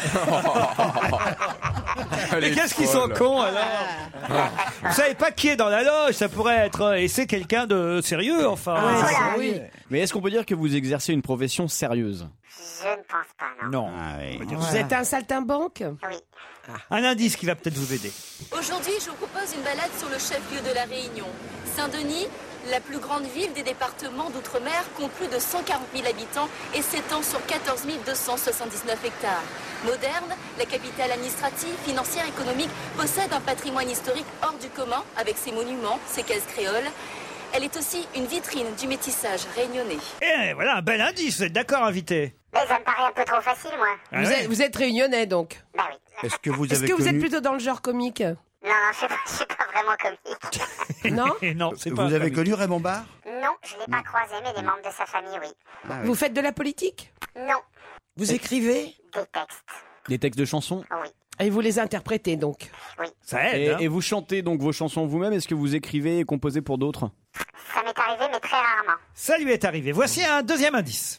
Elle Mais est qu'est-ce qu'ils sont folle. cons alors? Vous savez pas qui est dans la loge, ça pourrait être. euh, Et c'est quelqu'un de sérieux, enfin. Ouais, Voilà. ça, oui. Mais est-ce qu'on peut dire que vous exercez une profession sérieuse? Je ne pense pas, non. Non. Ah, oui. Vous êtes un saltimbanque? Oui. Un indice qui va peut-être vous aider. Aujourd'hui, je vous propose une balade sur le chef-lieu de la Réunion. Saint-Denis, la plus grande ville des départements d'outre-mer, compte plus de cent quarante mille habitants et s'étend sur quatorze mille deux cent soixante-dix-neuf hectares. Moderne, la capitale administrative, financière, économique, possède un patrimoine historique hors du commun avec ses monuments, ses cases créoles. Elle est aussi une vitrine du métissage réunionnais. Et voilà, un bel indice, vous êtes d'accord, invité? Mais ça me paraît un peu trop facile, moi. Ah Vous, ouais. êtes, vous êtes réunionnais donc. Bah oui. Est-ce que vous Est-ce avez que vous êtes connu, plutôt dans le genre comique? Non, non, je suis pas, je suis pas vraiment comique. Non? Et non, c'est vous pas. un avez comique. connu Raymond Barre? Non, je l'ai pas croisé, mais des membres de sa famille, oui. Ah, oui. Vous faites de la politique? Non, Vous écrivez? des textes, Des textes de chansons? oui. Et vous les interprétez donc? Ça aide. Et, hein. et vous chantez donc vos chansons vous-même? Est-ce que vous écrivez et composez pour d'autres? Ça m'est arrivé, mais très rarement. Ça lui est arrivé. Voici un deuxième indice.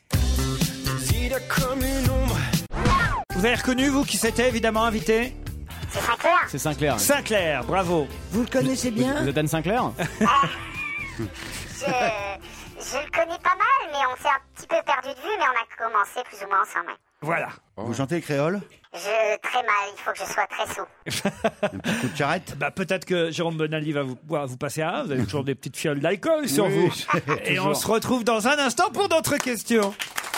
Vous avez reconnu, vous, qui c'était, évidemment, invité? C'est Sinclair? C'est Sinclair. Sinclair, bravo. Vous le connaissez bien? Vous êtes Anne Sinclair? Je, je le connais pas mal, mais on s'est un petit peu perdu de vue, mais on a commencé plus ou moins ensemble. ouais. Voilà. Vous chantez le créole? Je, très mal, il faut que je sois très sous. Un petit coup de charrette? Bah, peut-être que Jérôme Bonaldi va vous, pouvoir vous passer à un. Vous avez toujours des petites fioles d'alcool sur Oui, vous. Et on toujours. se retrouve dans un instant pour d'autres questions.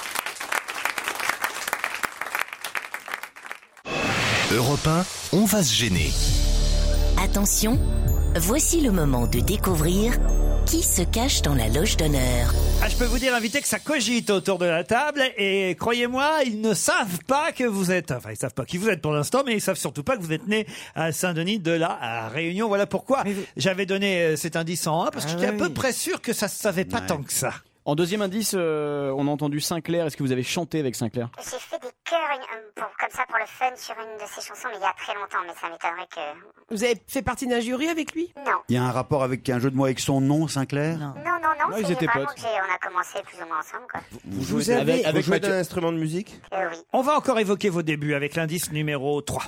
Europe un, on va se gêner. Attention, voici le moment de découvrir qui se cache dans la loge d'honneur. Ah, je peux vous dire, invité, que ça cogite autour de la table. Et croyez-moi, ils ne savent pas que vous êtes... Enfin, ils savent pas qui vous êtes pour l'instant, mais ils savent surtout pas que vous êtes né à Saint-Denis de la à Réunion. Voilà pourquoi j'avais donné euh, cet indice en un, parce que Ah j'étais à oui. peu près sûr que ça se savait pas Ouais. tant que ça. En deuxième indice, euh, on a entendu Sinclair. Est-ce que vous avez chanté avec Sinclair? J'ai fait des chœurs une- euh, pour- comme ça pour le fun sur une de ses chansons, mais il y a très longtemps, mais ça m'étonnerait que... Vous avez fait partie d'un jury avec lui? Non. Il y a un rapport avec un jeu de mots avec son nom, Sinclair? Non. Non, non, non, Non, ils c'est étaient vraiment potes. que j'ai- on a commencé plus ou moins ensemble, quoi. Vous, Vous jouez avez- avec, Vous avec jouez Mathieu- d'un instrument de musique? Euh, oui. On va encore évoquer vos débuts avec l'indice numéro trois.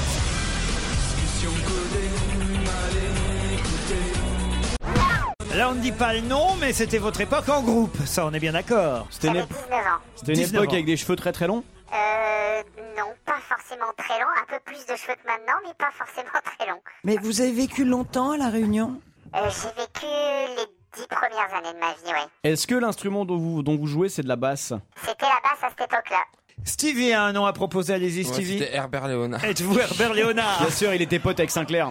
Là, on ne dit pas le nom, mais c'était votre époque en groupe. Ça, on est bien d'accord. C'était une, J'avais ép- dix-neuf ans. c'était une dix-neuf époque ans. avec des cheveux très très longs? Euh, non, pas forcément très long, un peu plus de cheveux que maintenant, mais pas forcément très long. Mais vous avez vécu longtemps à La Réunion? Euh, j'ai vécu les dix premières années de ma vie, oui. Est-ce que l'instrument dont vous, dont vous jouez, c'est de la basse? C'était la basse à cette époque-là. Stevie a un nom à proposer, allez-y Ouais, Stevie. C'était Herbert Léonard. Êtes-vous Herbert Léonard? Bien sûr, il était pote avec Sinclair.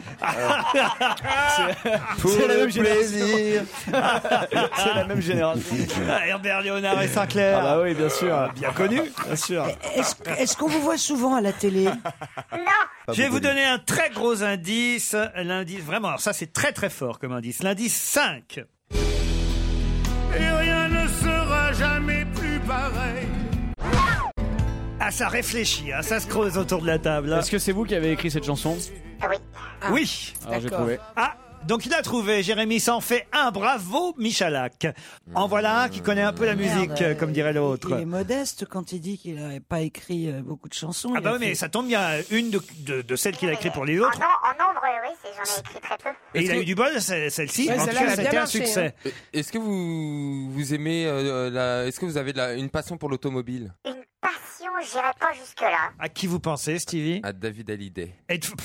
Pour C'est la le même plaisir. C'est la même génération. Ah, Herbert Léonard et Sinclair. Ah bah oui, bien sûr. Bien connu, bien sûr. Est-ce est-ce qu'on vous voit souvent à la télé? Je vais vous donner un très gros indice. L'indice, vraiment, alors ça c'est très très fort comme indice. L'indice cinq. Et rien ne sera jamais plus pareil. Ah, ça réfléchit, hein, ça se creuse autour de la table. Est-ce que c'est vous qui avez écrit cette chanson? Oui. Oui. Alors j'ai trouvé. Ah, donc il a trouvé. Jérémy s'en fait un. Bravo, Michalak. En voilà un qui connaît un peu la musique, Merde, comme dirait l'autre. Il est modeste quand il dit qu'il n'avait pas écrit euh, beaucoup de chansons. Ah Il bah a oui, mais fait- ça tombe bien. Une de, de, de celles qu'il a écrites pour les autres. En, nom- en nombre, oui, c'est- j'en ai écrit très peu. Et il a eu du bol, c'est- celle-ci. Ouais, en tout celle-là, cas, elle a bien c'était un marché, succès. Euh, Est-ce que vous, vous aimez euh, la... Est-ce que vous avez de la... une passion pour l'automobile? Une passion, j'irai pas jusque-là. À qui vous pensez, Stevie? À David Hallyday. Êtes-vous-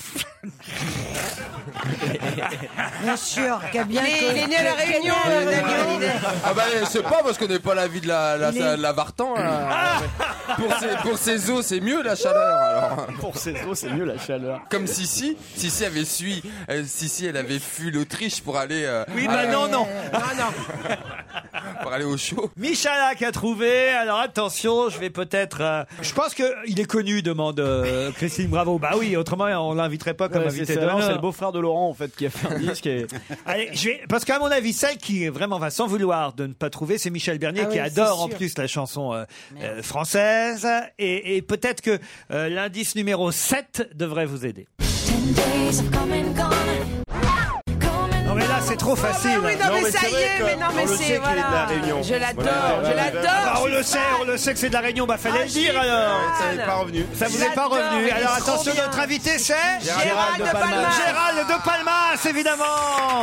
Bien sûr, qui a bien Il est- connu- il est né à La Réunion, qui a- euh, David Hallyday. Ah bah je sais pas parce qu'on n'est pas la vie de la, la, Il est- la Vartan là. Pour ses, pour ses os c'est mieux la chaleur alors. Pour ses os, c'est mieux la chaleur. Comme Sissi, Sissi avait fui, euh, Sissi elle avait fui l'Autriche pour aller. euh, Oui, à bah la- non, non. Non, non. Pour aller au show. Michalak a trouvé. Alors attention, je vais peut-être. euh, Je pense que il est connu, demande euh, Christine Bravo. Bah oui, autrement on l'inviterait pas comme Ouais, c'est invité ça, non, d'honneur. c'est le beau-frère de Laurent en fait qui a fait un disque. Et... Allez, je vais parce qu'à mon avis, celle qui vraiment va s'en vouloir de ne pas trouver, c'est Michel Bernier Ah qui oui, adore c'est en sûr. plus la chanson euh, euh, française. Et, et peut-être que euh, l'indice numéro sept devrait vous aider. Non mais là c'est trop facile. Ah oui, non, Non, mais mais ça c'est y vrai est, que mais non, on mais le c'est sait qu'il est de la voilà. Réunion. Je l'adore, Voilà, je voilà, l'adore. Ah, on je le suis sait, fan. on le sait que c'est de la Réunion. Bah fallait Ah, le dire je suis alors. Ça fan. n'est pas revenu. Ça vous est pas J'adore, revenu. il est Alors trop attention, bien. notre invité c'est Gérald de Palmas. Gérald de Palmas, évidemment.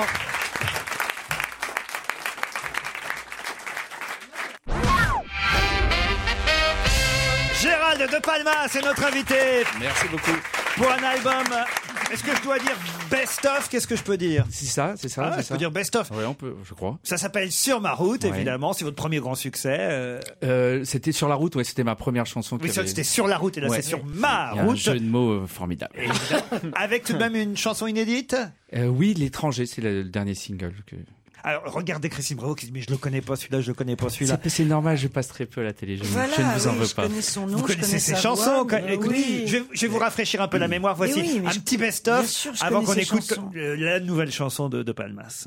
Gérald de Palmas, c'est notre invité. Merci beaucoup. Pour un album, est-ce que je dois dire best of? Qu'est-ce que je peux dire? C'est ça, c'est ça. Ah, c'est je ça. peux dire best of. Ouais, on peut, je crois. Ça s'appelle Sur ma route, Ouais. évidemment. C'est votre premier grand succès. euh. Euh, c'était sur la route, ouais, c'était ma première chanson. Oui, qui ça, avait- c'était Sur la route, et là, Ouais. c'est Sur ma Il y a un route. jeu de mots euh, formidable. Avec tout de même une chanson inédite. Euh, oui, L'étranger, c'est le, le dernier single. Que... Alors, regardez Christine Bravo qui dit, mais je le connais pas celui-là, je le connais pas celui-là. C'est, c'est normal, je passe très peu à la télé. Je, ne- Voilà, je ne vous en oui, veux je pas. connais son nom, Vous je connaissez connais ses sa chansons. voix, quand- mais Écoutez, oui. je, vais, je vais vous rafraîchir un peu la mémoire. Voici oui, mais un je- petit bien best-of sûr, je avant connais qu'on ses écoute chansons. euh, la nouvelle chanson de, de Palmas.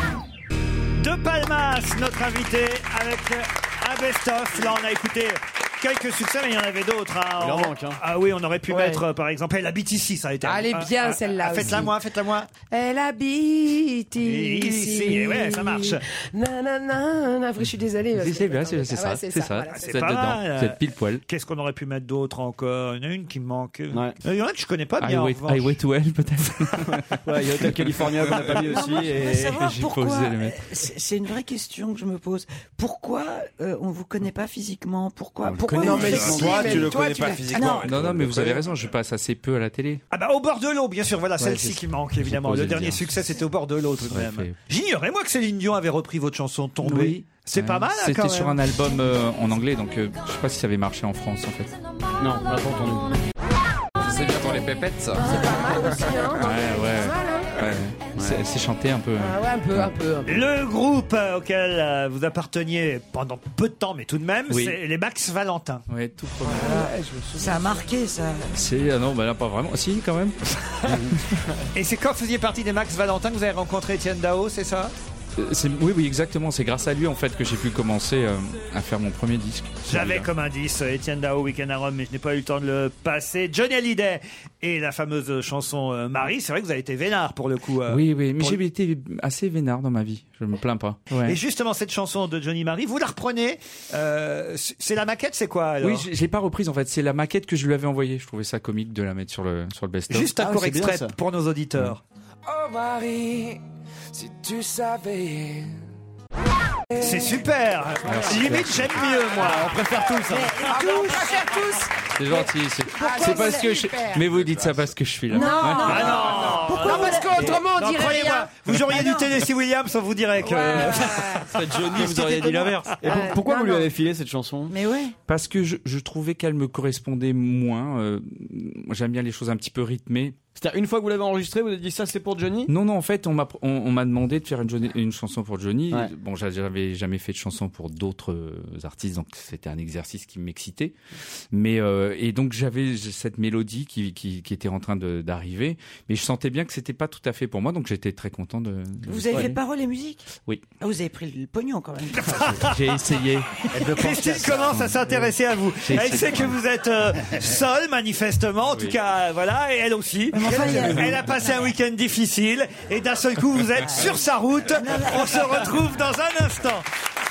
De Palmas, notre invité, avec un best-of. Là, on a écouté quelques succès, mais il y en avait d'autres. hein. Il en On- manque, hein. Ah oui, on aurait pu Ouais. mettre, euh, par exemple, Elle habite ici, ça a été. Ah, elle est un- bien, un- celle-là ah, Faites-la aussi. moi, faites-la moi. Elle habite ici. Ici, ouais, ça marche. Nanana. Après, je suis désolée. parce C'est, que- c'est bien, c'est, c'est Ah ça, ouais, c'est ça. voilà, Vous c'est êtes pas dedans, mal. vous êtes pile poil. Qu'est-ce qu'on aurait pu mettre d'autre encore? Il y en a une qui me manque. Ouais. Il y en a que je connais pas I bien. en wait, revanche. I wait to hell, peut-être. Ouais, il y a Hotel California qu'on n'a pas mis aussi. Je voudrais Et... savoir j'ai pourquoi. posé le mettre. euh, C'est c'est une vraie question que je me pose. Pourquoi euh, on vous connaît pas physiquement? Pourquoi? On le Pourquoi connaît, vous Non, mais faites- si, Toi, mais tu le toi, connais tu pas l'as- physiquement. Ah Non, non, mais vous avez connais. raison, je passe assez peu à la télé. Ah bah au bord de l'eau, bien sûr, voilà, Ouais, celle-ci c'est- qui manque évidemment. J'ai Le posé dernier le dire. succès, c'était au bord de l'eau tout de Ouais, même. fait- J'ignorais moi que Céline Dion avait repris votre chanson Tombée. Oui. C'est Ouais. pas mal, hein, C'était quand sur même. un album euh, en anglais, donc euh, je sais pas si ça avait marché en France en fait. Non, on l'a pas entendu. C'est bien pour les pépettes ça. Ouais, ouais. Voilà. ouais. C'est, c'est chanté un peu. Ah ouais, un peu, un peu. un peu. Le groupe euh, auquel euh, vous apparteniez pendant peu de temps, mais tout de même, Oui. c'est les Max Valentin. Ouais, tout premier. Ça a marqué, ça. C'est ah non, bah là pas vraiment. Si, quand même. Et c'est quand vous faisiez partie des Max Valentin que vous avez rencontré Étienne Dao, c'est ça? Euh, C'est, oui, oui, exactement. C'est grâce à lui en fait que j'ai pu commencer euh, à faire mon premier disque. J'avais Celui-là. comme indice euh, Étienne Dao, Week-end à Rome, mais je n'ai pas eu le temps de le passer. Johnny Hallyday et la fameuse chanson euh, Marie. C'est vrai que vous avez été vénard pour le coup. euh, Oui, oui, mais pour- j'ai été assez vénard dans ma vie. Je me plains pas. Ouais. Et justement, cette chanson de Johnny Marie, vous la reprenez. euh, c'est la maquette, c'est quoi alors? Oui, je, je l'ai pas reprise en fait. C'est la maquette que je lui avais envoyée. Je trouvais ça comique de la mettre sur le sur le best-of. Juste un Ah, court c'est bien, extrait ça. pour nos auditeurs. Oh Marie, si tu savais. C'est super. Merci. Limite, j'aime mieux moi. On préfère tous. hein. Ah bon, on préfère tous. C'est gentil. C'est, Pourquoi c'est vous parce que je... l'avez fait Mais vous dites ça parce que je suis là. Non, Ouais. non, Ah non. Pourquoi Non, parce qu'autrement, on Non, dirait croyez-moi, rien. vous auriez Ah dit non. Tennessee Williams, on vous dirait que. Johnny, vous auriez dit l'inverse. Et pour- pourquoi vous lui avez filé cette chanson? Mais ouais. Parce que je, je trouvais qu'elle me correspondait moins. euh, moi, j'aime bien les choses un petit peu rythmées. C'est-à-dire, une fois que vous l'avez enregistré, vous avez dit ça, c'est pour Johnny? Non, non, en fait, on m'a, on, on m'a demandé de faire une, Johnny- une chanson pour Johnny. Ouais. Bon, j'a- j'avais jamais fait de chanson pour d'autres euh, artistes, donc c'était un exercice qui m'excitait. Mais euh, et donc j'avais cette mélodie qui, qui, qui était en train de, d'arriver, mais je sentais bien que c'était pas tout à fait pour moi, donc j'étais très content de. de Vous avez fait paroles et musique? Oui. Ah, vous avez pris le pognon quand même. J'ai essayé. Christine commence à s'intéresser à vous. J'ai Elle essayé. sait que vous êtes euh, seul, manifestement. En tout Oui. cas, euh, voilà. Et elle aussi. enfin, il y a- Elle a passé un week-end difficile. Et d'un seul coup, vous êtes sur sa route. On se retrouve dans un instant.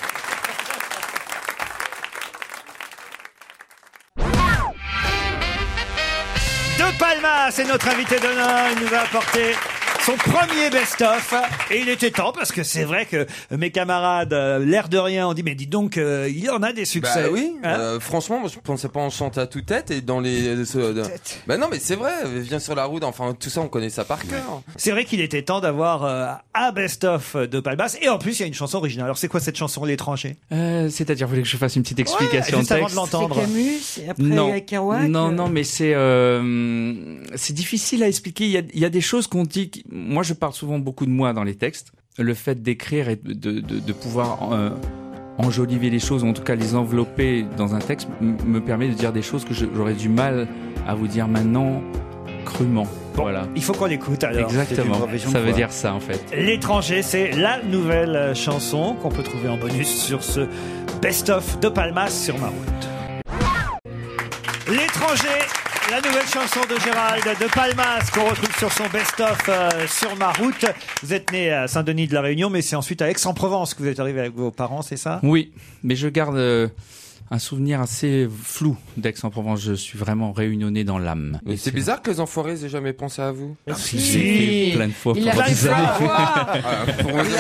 De Palma, c'est notre invité d'honneur. Il nous a apporté son premier best-of. Et il était temps, parce que c'est vrai que mes camarades, euh, l'air de rien, ont dit, mais dis donc, euh, il y en a des succès. Bah oui, Hein euh, franchement, moi je pensais pas en chanter à toute-tête et dans les. ce- de- Bah non, mais c'est vrai, viens sur la route, enfin tout ça on connaît ça par cœur. C'est vrai qu'il était temps d'avoir euh, un best-of de Palmas. Et en plus, il y a une chanson originale. Alors, c'est quoi cette chanson, L'étranger? Euh, c'est-à-dire, vous voulez que je fasse une petite explication juste en avant texte de l'entendre. C'est Camus, c'est après Non, Kerouac. non, euh, non, mais c'est euh, c'est difficile à expliquer. Il y a, il y a des choses qu'on dit. qui- Moi, je parle souvent beaucoup de moi dans les textes. Le fait d'écrire et de, de, de pouvoir euh, enjoliver les choses, ou en tout cas les envelopper dans un texte, m- me permet de dire des choses que je- j'aurais du mal à vous dire maintenant crûment. Voilà. Il faut qu'on l'écoute alors. Exactement. Ça veut dire ça en fait. L'étranger, c'est la nouvelle euh, chanson qu'on peut trouver en bonus sur ce best-of de Palmas sur ma route. L'étranger, la nouvelle chanson de Gérald de Palmas qu'on retrouve sur son best-of euh, sur ma route. Vous êtes né à Saint-Denis de la Réunion, mais c'est ensuite à Aix-en-Provence que vous êtes arrivé avec vos parents, c'est ça? Oui, mais je garde euh, un souvenir assez flou d'Aix-en-Provence. Je suis vraiment réunionnais dans l'âme. Mais c'est bizarre que les enfoirés aient jamais pensé à vous. Ah, si, j'ai fait plein de fois Il a pendant plein des de années. fois. Ah, pour moi,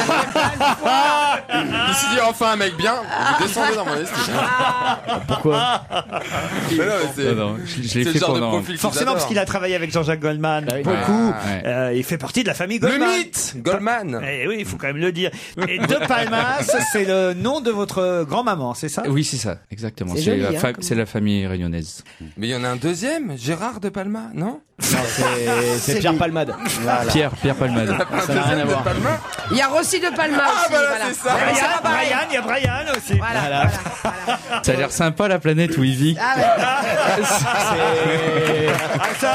Il s'est dit enfin un mec bien, vous descendez dans mon estime. Pourquoi? Mais non, mais c'est- Non, non, je, je l'ai c'est le fait genre de pendant. profil qu'ils Forcément, parce adorent. qu'il a travaillé avec Jean-Jacques Goldman oui. beaucoup. Ouais. Euh, il fait partie de la famille Le Goldman. mythe Goldman. Eh oui, il faut quand même le dire. Et de Palmas, c'est le nom de votre grand-maman, c'est ça? Oui, c'est ça, exactement. C'est C'est joli, la, hein, fa- comme c'est la famille réunionnaise. Mais il y en a un deuxième, Gérard de Palma, non? C'est c'est Pierre Palmade. Voilà. Pierre, Pierre Palmade. Ça n'a rien à voir. Il y a Rossi de Palma Ah, aussi. voilà, voilà. c'est ça. Ouais, mais Brian, va pareil. Brian, il y a Brian aussi. Voilà. Ça a l'air sympa la planète où il vit. Ah ouais. Ah, ça,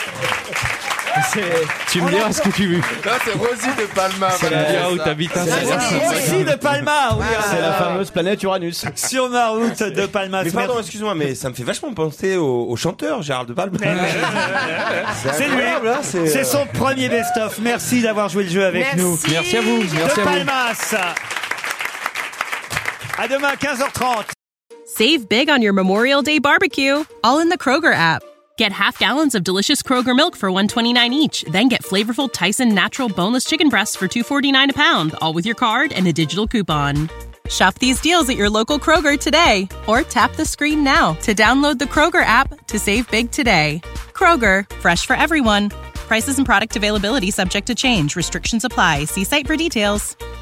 Tu me diras ce que tu veux. Là, c'est Rosie de Palma. Tu me diras où t'habites. hein, ça a l'air sympa. aussi de Palma, oui. C'est la euh, fameuse planète Uranus. Sur ma route de Palmas. Mais pardon, excuse-moi, mais ça me fait vachement penser au, au chanteur Gérald de Palma. C'est lui. incroyable, hein, c'est, C'est euh, son premier best-of. Merci d'avoir joué le jeu avec Merci. nous. Merci à vous. Merci de à vous. Palmas. À demain, quinze heures trente. Save big on your Memorial Day barbecue, all in the Kroger app. Get half gallons of delicious Kroger milk for one twenty-nine each, then get flavorful Tyson natural boneless chicken breasts for two forty-nine a pound, all with your card and a digital coupon. Shop these deals at your local Kroger today, or tap the screen now to download the Kroger app to save big today. Kroger, fresh for everyone. Prices and product availability subject to change. Restrictions apply. See site for details.